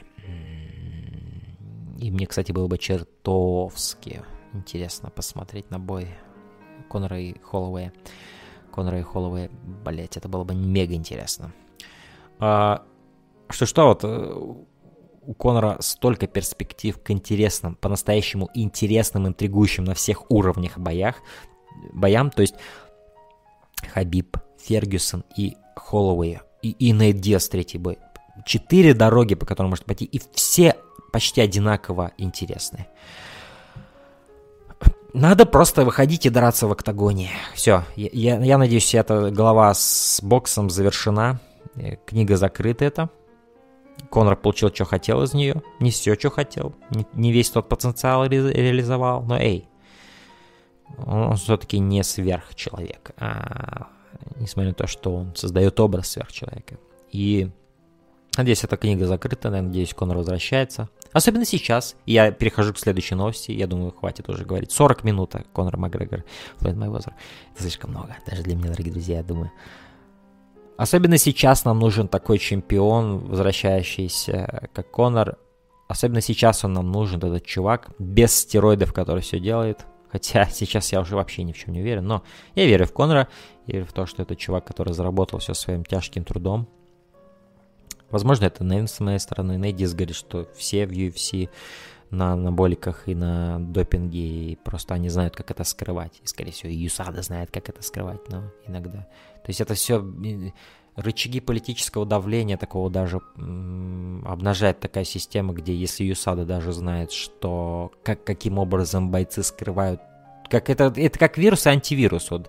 И мне, кстати, было бы чертовски интересно посмотреть на бой Конора и Холлоуэя. Конора и Холлоуэя, блять, это было бы мега интересно. А, что-что, вот у Конора столько перспектив к интересным, по-настоящему интересным, интригующим на всех уровнях боях, боям, то есть Хабиб, Фергюсон и Холлоуэй, и, и Нейт Диас третий бой. Четыре дороги, по которым может пойти, и все почти одинаково интересные. Надо просто выходить и драться в октагоне. Все, я, я, я надеюсь, эта глава с боксом завершена. Книга закрыта это. Конор получил, что хотел из нее. Не все, что хотел. Не, не весь тот потенциал ре- реализовал. Но эй, он, он все-таки не сверхчеловек. А, несмотря на то, что он создает образ сверхчеловека. И надеюсь, эта книга закрыта. Надеюсь, Конор возвращается. Особенно сейчас. Я перехожу к следующей новости. Я думаю, хватит уже говорить. сорок минут Конор Макгрегор, Флойд Мейвезер. Это слишком много. Даже для меня, дорогие друзья, я думаю. Особенно сейчас нам нужен такой чемпион, возвращающийся, как Конор. Особенно сейчас он нам нужен, этот чувак, без стероидов, который все делает. Хотя сейчас я уже вообще ни в чем не уверен. Но я верю в Конора. Я верю в то, что это чувак, который заработал все своим тяжким трудом. Возможно, это наивность с моей стороны. Нейт Диас говорит, что все в ю эф си на анаболиках и на допинге, и просто они знают, как это скрывать. И, скорее всего, и ю эс эй ди знает, как это скрывать, но иногда. То есть это все рычаги политического давления такого даже м- обнажает такая система, где если ю эс эй ди даже знает, что как, каким образом бойцы скрывают, как это, это как вирус и антивирус. Вот.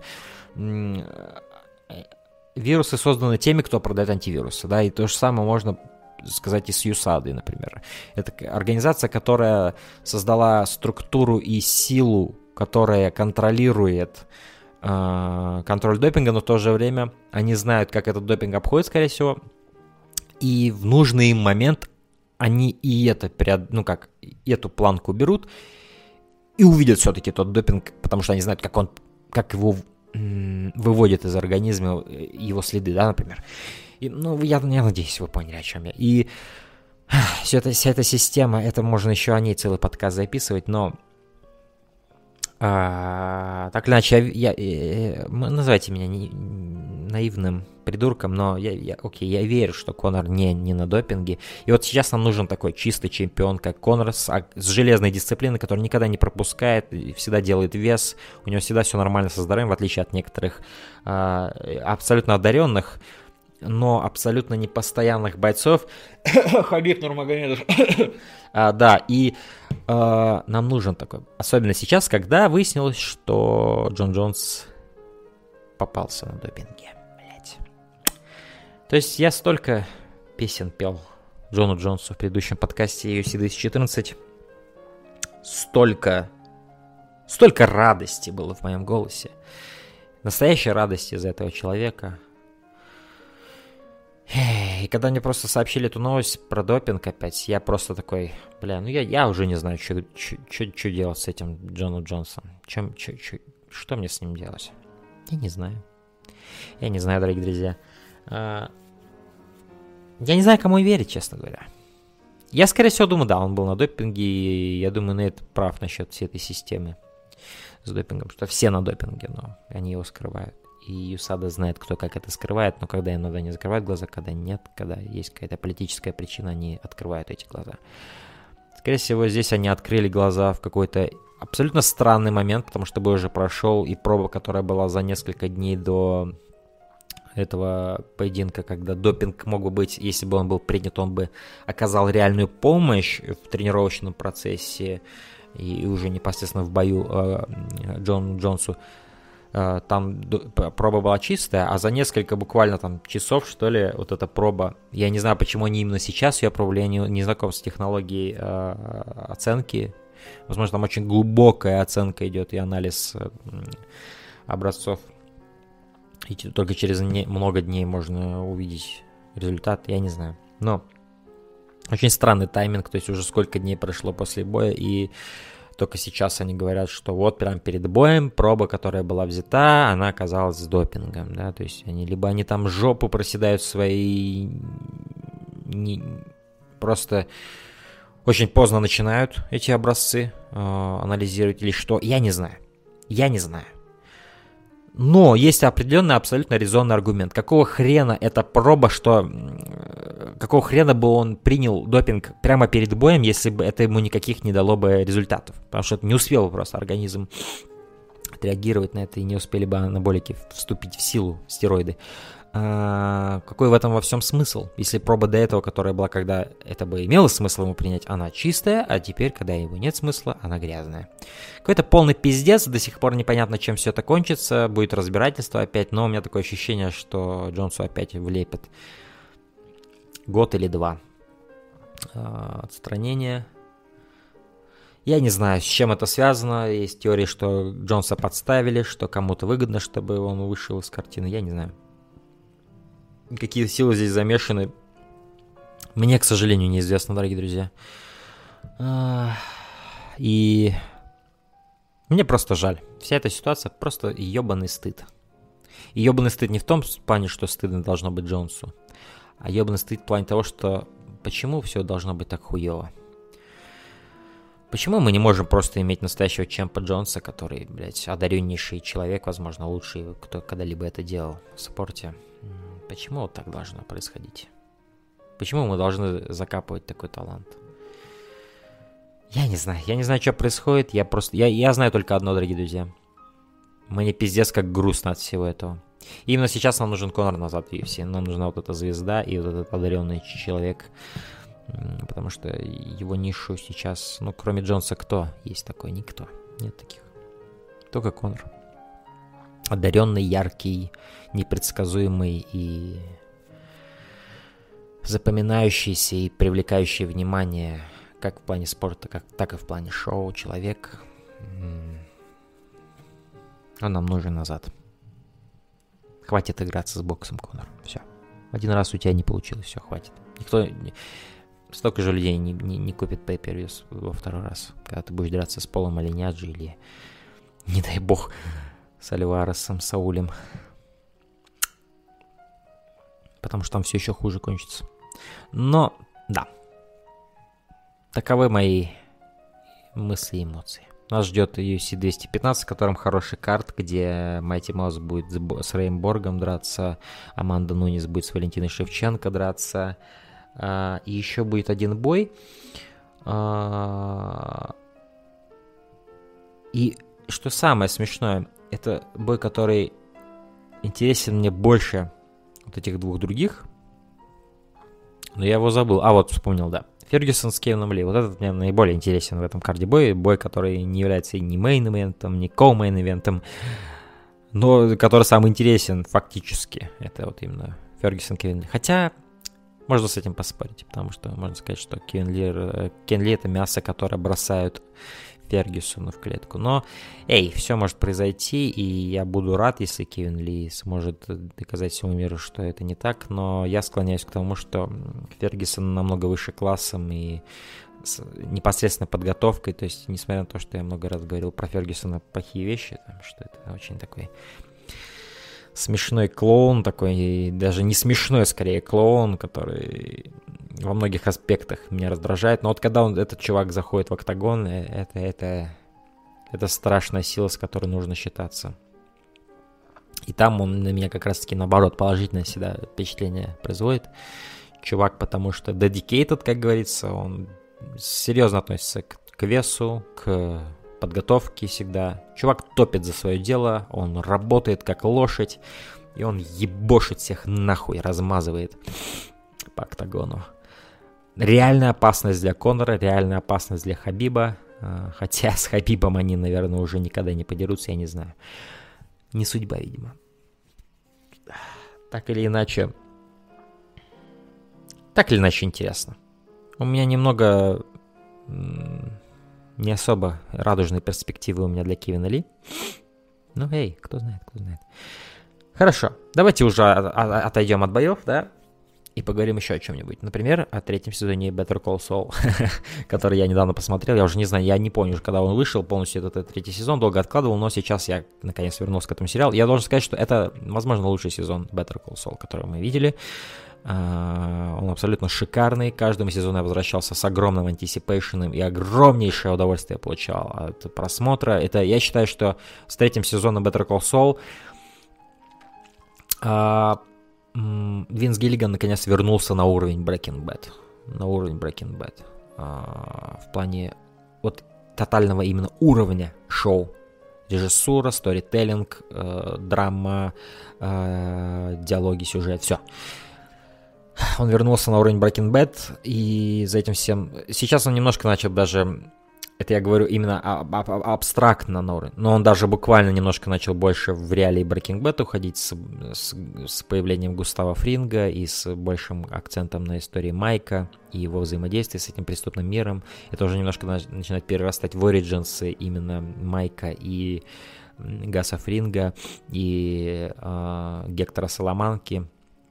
Вирусы созданы теми, кто продает антивирусы, да, и то же самое можно сказать и с ю эс эй ди, например. Это организация, которая создала структуру и силу, которая контролирует э, контроль допинга, но в то же время они знают, как этот допинг обходит, скорее всего, и в нужный им момент они и это, ну как, эту планку берут и увидят все-таки тот допинг, потому что они знают, как он, как его выводит из организма его следы, да, например. И, ну, я, я надеюсь, вы поняли, о чем я. И все это, вся эта система, это можно еще о ней целый подкаст записывать, но а, так или иначе, я, я, я, называйте меня не, наивным придурком, но я, я, окей, я верю, что Конор не, не на допинге. И вот сейчас нам нужен такой чистый чемпион, как Конор, с, с железной дисциплиной, который никогда не пропускает, всегда делает вес, у него всегда все нормально со здоровьем, в отличие от некоторых а, абсолютно одаренных, но абсолютно непостоянных бойцов. Хабиб Нурмагомедов. а, да, и а, нам нужен такой. Особенно сейчас, когда выяснилось, что Джон Джонс попался на допинге. Блять. То есть я столько песен пел Джону Джонсу в предыдущем подкасте ю эф си двести четырнадцать. Столько, столько радости было в моем голосе. Настоящей радости из-за этого человека. И когда мне просто сообщили эту новость про допинг опять, я просто такой, бля, ну я, я уже не знаю, что делать с этим Джоном Джонсом. Чем, чё, чё, что мне с ним делать? Я не знаю. Я не знаю, дорогие друзья. Я не знаю, кому верить, честно говоря. Я, скорее всего, думаю, да, он был на допинге, и я думаю, Нейт прав насчет всей этой системы с допингом, что все на допинге, но они его скрывают. И ю эс эй ди знает, кто как это скрывает, но когда иногда не закрывают глаза, когда нет, когда есть какая-то политическая причина, они открывают эти глаза. Скорее всего, здесь они открыли глаза в какой-то абсолютно странный момент, потому что бой уже прошел, и проба, которая была за несколько дней до этого поединка, когда допинг мог бы быть, если бы он был принят, он бы оказал реальную помощь в тренировочном процессе и уже непосредственно в бою э, Джону Джонсу. Там проба была чистая, а за несколько буквально там часов, что ли, вот эта проба, я не знаю, почему они именно сейчас ее пробовали, я не, не знаком с технологией э, оценки, возможно, там очень глубокая оценка идет и анализ э, образцов, и только через не, много дней можно увидеть результат, я не знаю, но очень странный тайминг, то есть уже сколько дней прошло после боя, и только сейчас они говорят, что вот прям перед боем проба, которая была взята, она оказалась с допингом, да, то есть они либо они там жопу проседают свои, не, просто очень поздно начинают эти образцы э, анализировать или что, я не знаю, я не знаю. Но есть определенный абсолютно резонный аргумент. Какого хрена эта проба, что... Какого хрена бы он принял допинг прямо перед боем, если бы это ему никаких не дало бы результатов? Потому что не успел бы просто организм отреагировать на это, и не успели бы анаболики вступить в силу, стероиды. А, какой в этом во всем смысл? Если проба до этого, которая была, когда это бы имело смысл ему принять, она чистая, а теперь, когда его нет смысла, она грязная. Какой-то полный пиздец, до сих пор непонятно, чем все это кончится, будет разбирательство опять, но у меня такое ощущение, что Джонсу опять влепят год или два а, отстранения. Я не знаю, с чем это связано. Есть теории, что Джонса подставили, что кому-то выгодно, чтобы он вышел из картины. Я не знаю. Какие силы здесь замешаны, мне, к сожалению, неизвестно, дорогие друзья. И мне просто жаль. Вся эта ситуация просто ебаный стыд. И ебаный стыд не в том плане, что стыдно должно быть Джонсу, а ебаный стыд в плане того, что почему все должно быть так хуево. Почему мы не можем просто иметь настоящего чемпа Джонса, который, блядь, одареннейший человек, возможно, лучший, кто когда-либо это делал в спорте? Почему вот так должно происходить? Почему мы должны закапывать такой талант? Я не знаю. Я не знаю, что происходит. Я просто... Я, я знаю только одно, дорогие друзья. Мне пиздец как грустно от всего этого. И именно сейчас нам нужен Конор назад в ю эф си. Нам нужна вот эта звезда и вот этот одаренный человек. Потому что его нишу сейчас, ну, кроме Джонса, кто есть такой? Никто. Нет таких. Только Конор. Одаренный, яркий, непредсказуемый и запоминающийся и привлекающий внимание как в плане спорта, как, так и в плане шоу человек. Он нам нужен назад. Хватит играться с боксом, Конор. Все. Один раз у тебя не получилось, все, хватит. Никто... Столько же людей не, не, не купит pay-per-view во второй раз, когда ты будешь драться с Полом Оленяджи или, не дай бог, с Альваресом, Саулем. Потому что там все еще хуже кончится. Но, да. Таковы мои мысли и эмоции. Нас ждет ю эф си двести пятнадцать, в котором хороший карт, где Майти Маус будет с Рэем Боргом драться, Аманда Нунис будет с Валентиной Шевченко драться. Uh, и еще будет один бой. Uh, и что самое смешное, это бой, который интересен мне больше вот этих двух других. Но я его забыл. А, вот вспомнил, да. Фергюсон с Кевином Ли. Вот этот мне наиболее интересен в этом карде бой. Бой, который не является ни мейн-ивентом, ни коу-мейн-ивентом, но который самый интересен фактически. Это вот именно Фергюсон Кевин Ли. Хотя... Можно с этим поспорить, потому что можно сказать, что Кен Ли, Кен Ли это мясо, которое бросают Фергюсону в клетку. Но, эй, все может произойти, и я буду рад, если Кевин Ли сможет доказать всему миру, что это не так. Но я склоняюсь к тому, что Фергюсон намного выше классом и с непосредственно подготовкой. То есть, несмотря на то, что я много раз говорил про Фергюсона плохие вещи, там, что это очень такой... смешной клоун такой, даже не смешной, скорее клоун, который во многих аспектах меня раздражает. Но вот когда он, этот чувак заходит в октагон, это, это, это страшная сила, с которой нужно считаться. И там он на меня как раз-таки наоборот положительное всегда впечатление производит. Чувак, потому что dedicated, как говорится, он серьезно относится к, к весу, к... подготовки всегда. Чувак топит за свое дело, он работает как лошадь, и он ебошит всех нахуй, размазывает по октагону. Реальная опасность для Конора, реальная опасность для Хабиба, хотя с Хабибом они, наверное, уже никогда не подерутся, я не знаю. Не судьба, видимо. Так или иначе, так или иначе интересно. У меня немного... Не особо радужные перспективы у меня для Кевина Ли. Ну, эй, кто знает, кто знает. Хорошо, давайте уже отойдем от боев, да, и поговорим еще о чем-нибудь. Например, о третьем сезоне Better Call Saul, который я недавно посмотрел. Я уже не знаю, я не помню уже, когда он вышел полностью, этот, этот третий сезон, долго откладывал, но сейчас я наконец вернулся к этому сериалу. Я должен сказать, что это, возможно, лучший сезон Better Call Saul, который мы видели. Uh, он абсолютно шикарный. Каждому сезону я возвращался с огромным антисипейшеном и огромнейшее удовольствие получал от просмотра. Это, я считаю, что с третьим сезоном Better Call Saul А, Винс Гиллиган наконец вернулся на уровень Breaking Bad. На уровень Breaking Bad. А, в плане вот тотального именно уровня шоу. Режиссура, сторителлинг, э, драма, э, диалоги, сюжет, все. Он вернулся на уровень Breaking Bad, и за этим всем... Сейчас он немножко начал даже... Это я говорю именно об, об, абстрактно на уровне. Но он даже буквально немножко начал больше в реалии Breaking Bad уходить с, с, с появлением Густава Фринга и с большим акцентом на истории Майка и его взаимодействие с этим преступным миром. Это уже немножко начинает перерастать в Origins именно Майка и Гаса Фринга и э, Гектора Саламанки.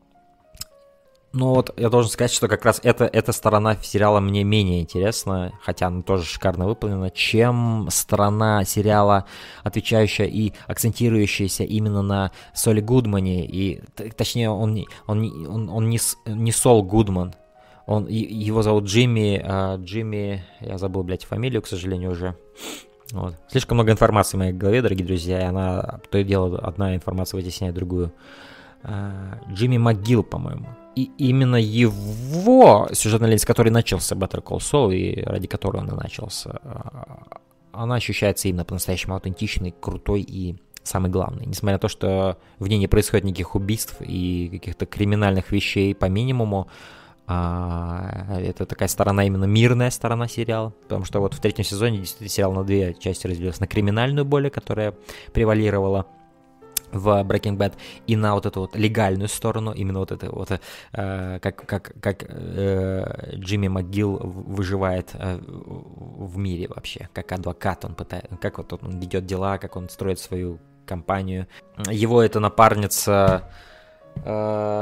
Ну вот я должен сказать, что как раз эта, эта сторона сериала мне менее интересна, хотя она тоже шикарно выполнена, чем сторона сериала, отвечающая и акцентирующаяся именно на Соле Гудмане, и точнее он, он, он, он не, не Сол Гудман, он, его зовут Джимми, а Джимми, я забыл, блядь, фамилию, к сожалению, уже. Вот. Слишком много информации в моей голове, дорогие друзья, и она, то и дело, одна информация вытесняет другую. Джимми МcGill, по-моему. И именно его сюжетная линия, с которой начался Better Call Saul, и ради которой он и начался, она ощущается именно по-настоящему аутентичной, крутой и самой главной. Несмотря на то, что в ней не происходит никаких убийств и каких-то криминальных вещей по минимуму, это такая сторона, именно мирная сторона сериала, потому что вот в третьем сезоне действительно сериал на две части разделился: на криминальную более, которая превалировала в Breaking Bad, и на вот эту вот легальную сторону, именно вот это вот, э, как, как, как э, Джимми МcGill выживает э, в мире вообще, как адвокат он пытается, как вот он ведет дела, как он строит свою компанию. Его эта напарница, э,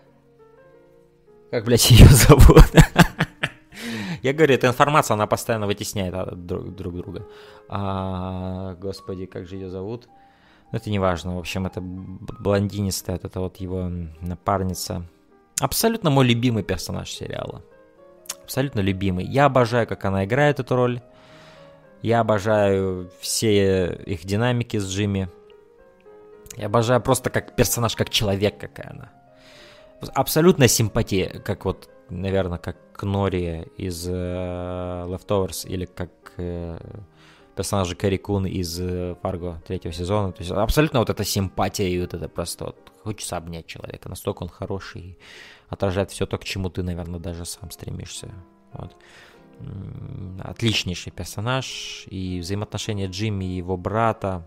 как, блядь, ее зовут? Я говорю, эта информация, она постоянно вытесняет друг, друг друга. А, господи, как же ее зовут? Это не важно, в общем, это блондинистая, вот это вот его напарница. Абсолютно мой любимый персонаж сериала. Абсолютно любимый. Я обожаю, как она играет эту роль. Я обожаю все их динамики с Джимми. Я обожаю просто как персонаж, как человек, какая она. Абсолютная симпатия, как вот, наверное, как Нори из uh, Leftovers, или как... Uh, персонажа Кэрри Кун из Фарго третьего сезона. То есть абсолютно вот эта симпатия и вот это просто вот хочется обнять человека. Настолько он хороший и отражает все то, к чему ты, наверное, даже сам стремишься. Вот. Отличнейший персонаж. И взаимоотношения Джимми и его брата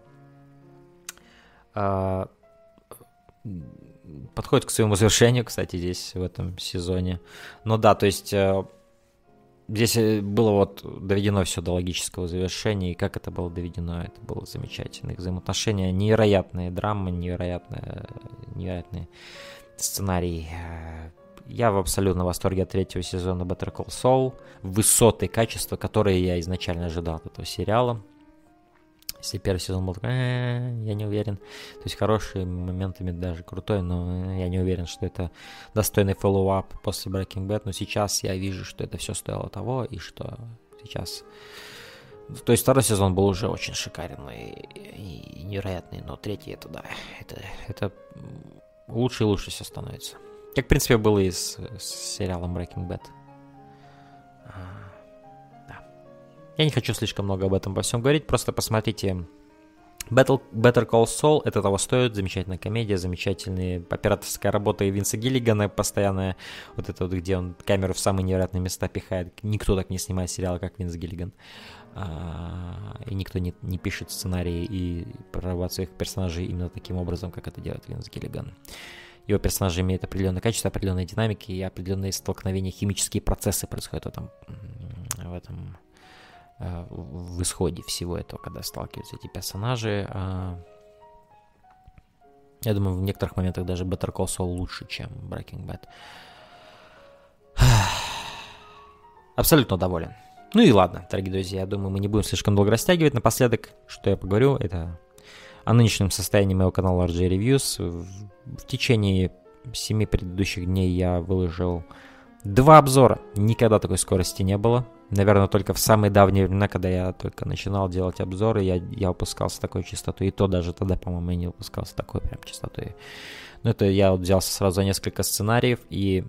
а, подходят к своему завершению, кстати, здесь в этом сезоне. Но да, то есть... Здесь было вот доведено все до логического завершения, и как это было доведено, это было замечательно. Их взаимоотношения, невероятные драмы, невероятные, невероятные сценарии. Я в абсолютном восторге от третьего сезона Better Call Saul, высоты качества, которые я изначально ожидал от этого сериала. Если первый сезон был такой, э-э, я не уверен. То есть хороший, моментами даже крутой, но я не уверен, что это достойный фоллоуап после Breaking Bad. Но сейчас я вижу, что это все стоило того, и что сейчас... То есть второй сезон был уже очень шикарный и невероятный, но третий это, да, это, это лучше и лучше все становится. Как, в принципе, было и с, с сериалом Breaking Bad. Я не хочу слишком много об этом во всем говорить, просто посмотрите Battle, Better Call Saul, это того стоит, замечательная комедия, замечательная операторская работа и Винса Гиллигана постоянная, вот это вот, где он камеру в самые невероятные места пихает, никто так не снимает сериалы, как Винс Гиллиган, а, и никто не, не пишет сценарии и прорабатывает своих персонажей именно таким образом, как это делает Винс Гиллиган. Его персонажи имеют определенное качество, определенные динамики и определенные столкновения, химические процессы происходят в этом, в этом в исходе всего этого, когда сталкиваются эти персонажи. Я думаю, в некоторых моментах даже Better Call Saul лучше, чем Breaking Bad. Абсолютно доволен. Ну и ладно, дорогие друзья, я думаю, мы не будем слишком долго растягивать. Напоследок, что я поговорю, это о нынешнем состоянии моего канала ар джей Reviews. В, в течение семи предыдущих дней я выложил Два обзора. Никогда такой скорости не было. Наверное, только в самые давние времена, когда я только начинал делать обзоры, я, я выпускался с такой частотой. И то даже тогда, по-моему, я не выпускался с такой прям частотой. Но это я вот взялся сразу за несколько сценариев, и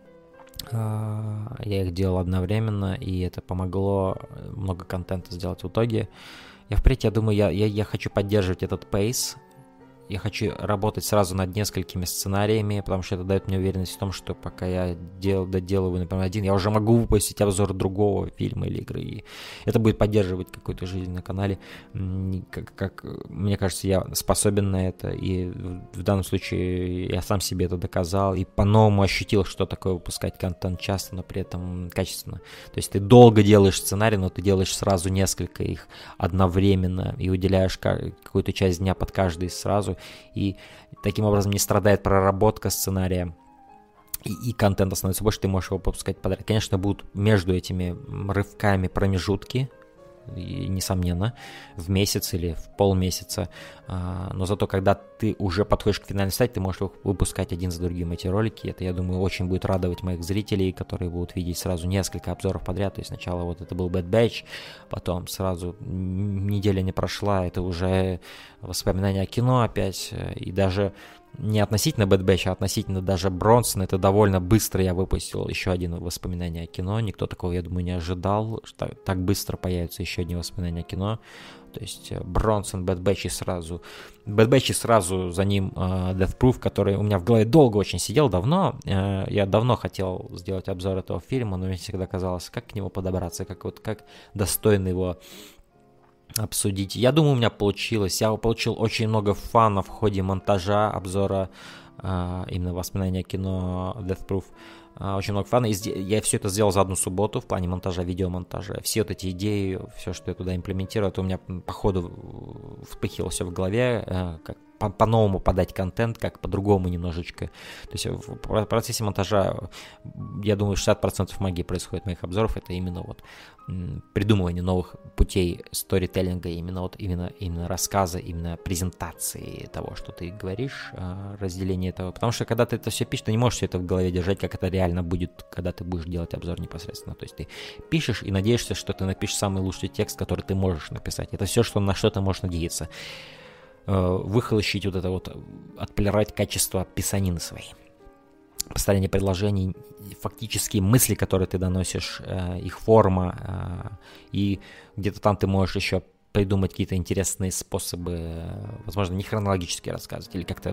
э, я их делал одновременно, и это помогло много контента сделать в итоге. Я впредь, я думаю, я, я, я хочу поддерживать этот пейс. Я хочу работать сразу над несколькими сценариями, потому что это дает мне уверенность в том, что пока я дел, доделываю, например, один, я уже могу выпустить обзор другого фильма или игры. И это будет поддерживать какую-то жизнь на канале. Как, как, мне кажется, я способен на это. И в данном случае я сам себе это доказал. И по-новому ощутил, что такое выпускать контент часто, но при этом качественно. То есть ты долго делаешь сценарий, но ты делаешь сразу несколько их одновременно и уделяешь какую-то часть дня под каждый сразу. И таким образом не страдает проработка сценария, и, и контента становится больше, ты можешь его выпускать подряд. Конечно, будут между этими рывками промежутки, и, несомненно, в месяц или в полмесяца, а, но зато когда ты уже подходишь к финальной стадии, ты можешь выпускать один за другим эти ролики. Это, я думаю, очень будет радовать моих зрителей, которые будут видеть сразу несколько обзоров подряд. То есть сначала вот это был Bad Batch, потом сразу неделя не прошла, это уже воспоминания о кино опять, и даже не относительно Bad Batch, а относительно даже Бронсона, это довольно быстро я выпустил еще один воспоминание о кино. Никто такого, я думаю, не ожидал, что так быстро появится еще одни воспоминания о кино. То есть Бронсон, Bad Batch и сразу... Bad Batch и сразу за ним uh, Death Proof, который у меня в голове долго очень сидел, давно. Uh, я давно хотел сделать обзор этого фильма, но мне всегда казалось, как к нему подобраться, как, вот, как достойно его обсудить. Я думаю, у меня получилось. Я получил очень много фана в ходе монтажа обзора э, именно воспоминания о кино Death Proof. Э, очень много фана. И я все это сделал за одну субботу в плане монтажа, видеомонтажа. Все вот эти идеи, все, что я туда имплементирую, это у меня по ходу вспыхивало все в голове, э, как по-новому подать контент, как по-другому немножечко. То есть в процессе монтажа, я думаю, шестьдесят процентов магии происходит моих обзоров, это именно вот придумывание новых путей сторителлинга, именно вот именно, именно рассказа, именно презентации того, что ты говоришь, разделение этого. Потому что когда ты это все пишешь, ты не можешь все это в голове держать, как это реально будет, когда ты будешь делать обзор непосредственно. То есть ты пишешь и надеешься, что ты напишешь самый лучший текст, который ты можешь написать. Это все, что, на что ты можешь надеяться. Выхолощить вот это вот, отполировать качество писанины своей, построение предложений, фактически мысли, которые ты доносишь, их форма, и где-то там ты можешь еще придумать какие-то интересные способы, возможно, не хронологически рассказывать, или как-то,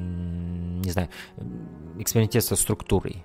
не знаю, экспериментировать со структурой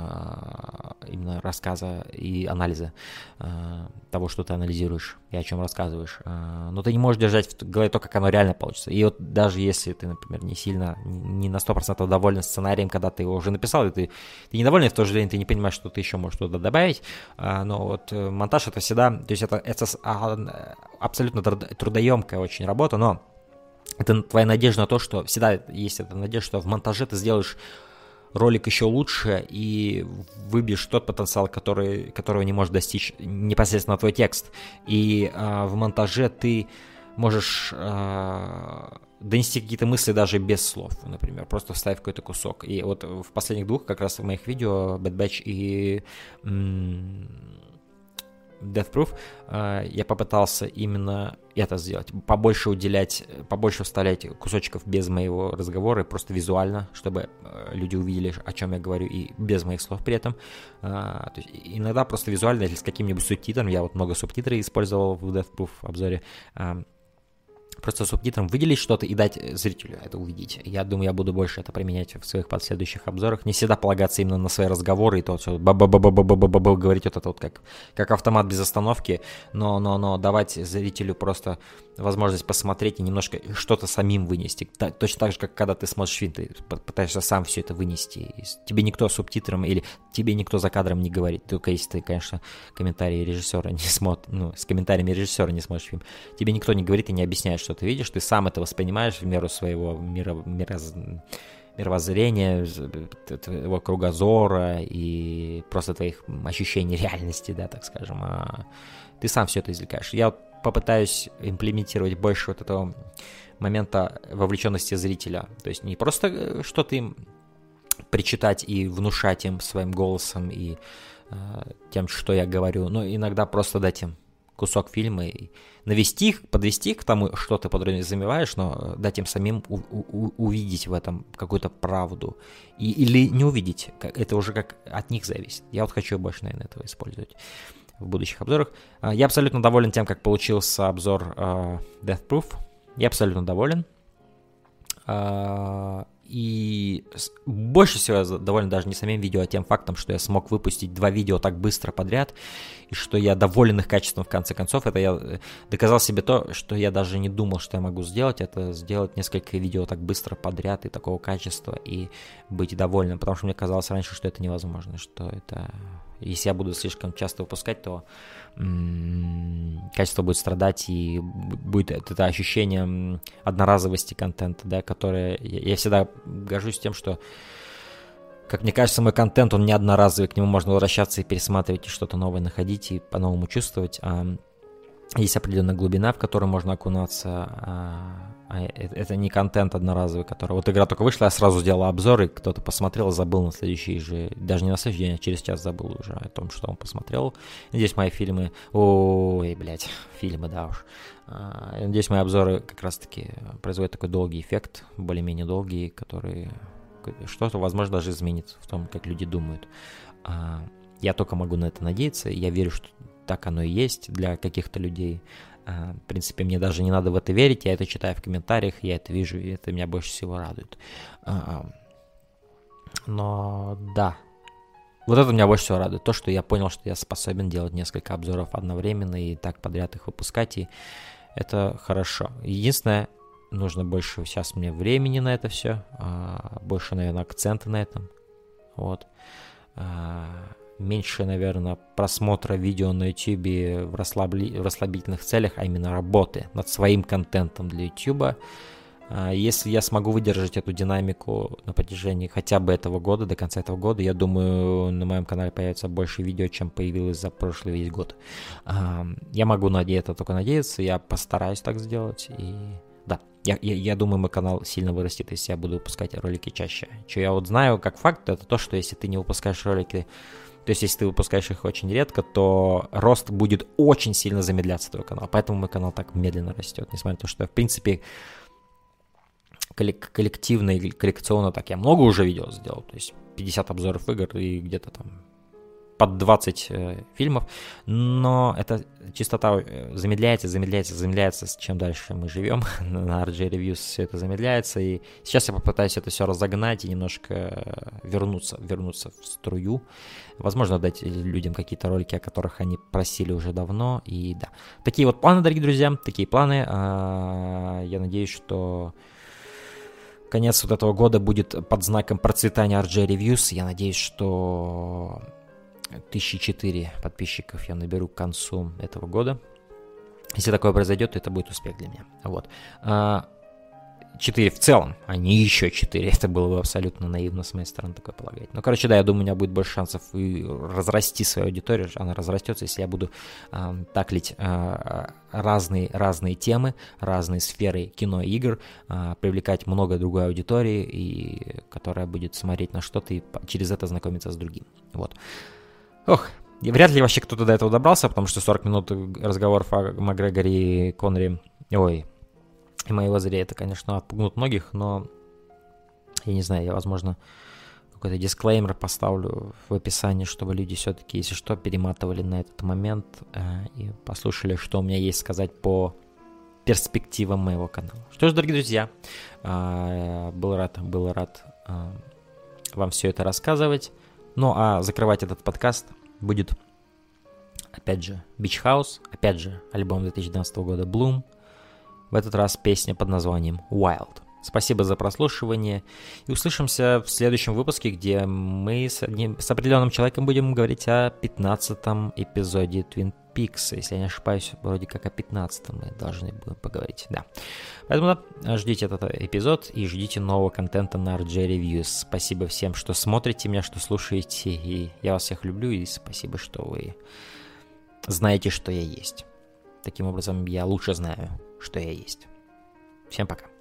именно рассказа и анализа того, что ты анализируешь и о чем рассказываешь. Но ты не можешь держать в голове то, как оно реально получится. И вот даже если ты, например, не сильно, не на сто процентов доволен сценарием, когда ты его уже написал, и ты, ты недоволен, и в то же время ты не понимаешь, что ты еще можешь туда добавить, но вот монтаж — это всегда, то есть это, это абсолютно трудоемкая очень работа, но это твоя надежда на то, что всегда есть эта надежда, что в монтаже ты сделаешь ролик еще лучше и выбьешь тот потенциал, который, которого не может достичь непосредственно твой текст. И э, в монтаже ты можешь э, донести какие-то мысли даже без слов, например, просто вставив какой-то кусок. И вот в последних двух как раз в моих видео Bad Batch и м- Death Proof э, я попытался именно это сделать, побольше уделять, побольше вставлять кусочков без моего разговора, просто визуально, чтобы э, люди увидели, о чем я говорю, и без моих слов при этом. Э, то есть иногда просто визуально или с каким-нибудь субтитром, я вот много субтитров использовал в Death Proof обзоре, э, просто субтитром выделить что-то и дать зрителю это увидеть. Я думаю, я буду больше это применять в своих последующих обзорах. Не всегда полагаться именно на свои разговоры и то, что ба-ба-ба-ба-ба-ба-ба говорить вот это вот как, как автомат без остановки, но, но, но давать зрителю просто возможность посмотреть и немножко что-то самим вынести. Точно так же, как когда ты смотришь фильм, ты пытаешься сам все это вынести. Тебе никто субтитром или тебе никто за кадром не говорит. Только если ты, конечно, комментарии режиссера не смотришь, ну, с комментариями режиссера не смотришь фильм. Тебе никто не говорит и не объясняет, что ты видишь, ты сам это воспринимаешь в меру своего мира, мироз... мировоззрения, твоего кругозора и просто твоих ощущений реальности, да, так скажем. А ты сам все это извлекаешь. Я вот попытаюсь имплементировать больше вот этого момента вовлеченности зрителя. То есть не просто что ты им причитать и внушать им своим голосом и э, тем, что я говорю, но иногда просто дать им кусок фильма и навести их, подвести их к тому, что ты подразумеваешь, но дать им самим у- у- увидеть в этом какую-то правду. И, или не увидеть, это уже как от них зависит. Я вот хочу больше, наверное, этого использовать в будущих обзорах. Я абсолютно доволен тем, как получился обзор uh, Death Proof. Я абсолютно доволен. Uh, и больше всего я доволен даже не самим видео, а тем фактом, что я смог выпустить два видео так быстро подряд, и что я доволен их качеством в конце концов. Это я доказал себе то, что я даже не думал, что я могу сделать, это сделать несколько видео так быстро подряд и такого качества, и быть довольным, потому что мне казалось раньше, что это невозможно, что это... Если я буду слишком часто выпускать, то м- качество будет страдать, и будет это ощущение одноразовости контента, да, которое... Я всегда горжусь тем, что, как мне кажется, мой контент, он не одноразовый, к нему можно возвращаться и пересматривать, и что-то новое находить, и по-новому чувствовать. А есть определенная глубина, в которую можно окунаться. А, а это не контент одноразовый, который... Вот игра только вышла, я сразу сделал обзор, и кто-то посмотрел, забыл на следующий же... Даже не на следующий день, а через час забыл уже о том, что он посмотрел. Надеюсь, мои фильмы... Ой, блядь, фильмы, да уж. А, надеюсь, мои обзоры как раз-таки производят такой долгий эффект, более-менее долгий, который что-то, возможно, даже изменит в том, как люди думают. А, я только могу на это надеяться, и я верю, что так оно и есть для каких-то людей. В принципе, мне даже не надо в это верить, я это читаю в комментариях, я это вижу, и это меня больше всего радует. Но да, вот это меня больше всего радует, то, что я понял, что я способен делать несколько обзоров одновременно и так подряд их выпускать, и это хорошо. Единственное, нужно больше сейчас мне времени на это все, больше, наверное, акцента на этом, вот. Меньше, наверное, просмотра видео на YouTube в, расслабли... в расслабительных целях, а именно работы над своим контентом для YouTube. Если я смогу выдержать эту динамику на протяжении хотя бы этого года, до конца этого года, я думаю, на моем канале появится больше видео, чем появилось за прошлый весь год. Я могу на это только надеяться, я постараюсь так сделать, и да, я, я, я думаю, мой канал сильно вырастет, если я буду выпускать ролики чаще. Что я вот знаю как факт, это то, что если ты не выпускаешь ролики, то есть если ты выпускаешь их очень редко, то рост будет очень сильно замедляться твоего канала. Поэтому мой канал так медленно растет, несмотря на то, что, в принципе, коллективно и коллекционно так я много уже видео сделал. То есть пятьдесят обзоров игр и где-то там под двадцать э, фильмов, но эта частота замедляется, замедляется, замедляется, чем дальше мы живем. На ар джей Reviews все это замедляется, и сейчас я попытаюсь это все разогнать и немножко вернуться, вернуться в струю. Возможно, дать людям какие-то ролики, о которых они просили уже давно, и да. Такие вот планы, дорогие друзья, такие планы. Я надеюсь, что конец вот этого года будет под знаком процветания ар джей Reviews. Я надеюсь, что тысяча четыре подписчиков я наберу к концу этого года. Если такое произойдет, то это будет успех для меня. Вот. четыре в целом, а не еще четыре. Это было бы абсолютно наивно с моей стороны такое полагать. Ну, короче, да, я думаю, у меня будет больше шансов и разрасти свою аудиторию. Она разрастется, если я буду э, таклить э, разные, разные темы, разные сферы кино и игр, э, привлекать много другой аудитории, и, которая будет смотреть на что-то и через это знакомиться с другим. Вот. Ох, и вряд ли вообще кто-то до этого добрался, потому что сорок минут разговоров о Макгрегоре и Конноре, ой, и моего зрения, это, конечно, отпугнут многих, но я не знаю, я, возможно, какой-то дисклеймер поставлю в описании, чтобы люди все-таки, если что, перематывали на этот момент э, и послушали, что у меня есть сказать по перспективам моего канала. Что ж, дорогие друзья, э, был рад, был рад э, вам все это рассказывать. Ну, а закрывать этот подкаст будет, опять же, Beach House, опять же, альбом две тысячи двенадцатого года Bloom. В этот раз песня под названием Wild. Спасибо за прослушивание. И услышимся в следующем выпуске, где мы с, одним, с определенным человеком будем говорить о пятнадцатом эпизоде Twin Peaks. Если я не ошибаюсь, вроде как о пятнадцатом мы должны будем поговорить. Да. Поэтому да, ждите этот эпизод и ждите нового контента на ар джей Reviews. Спасибо всем, что смотрите меня, что слушаете. И я вас всех люблю. И спасибо, что вы знаете, что я есть. Таким образом, я лучше знаю, что я есть. Всем пока.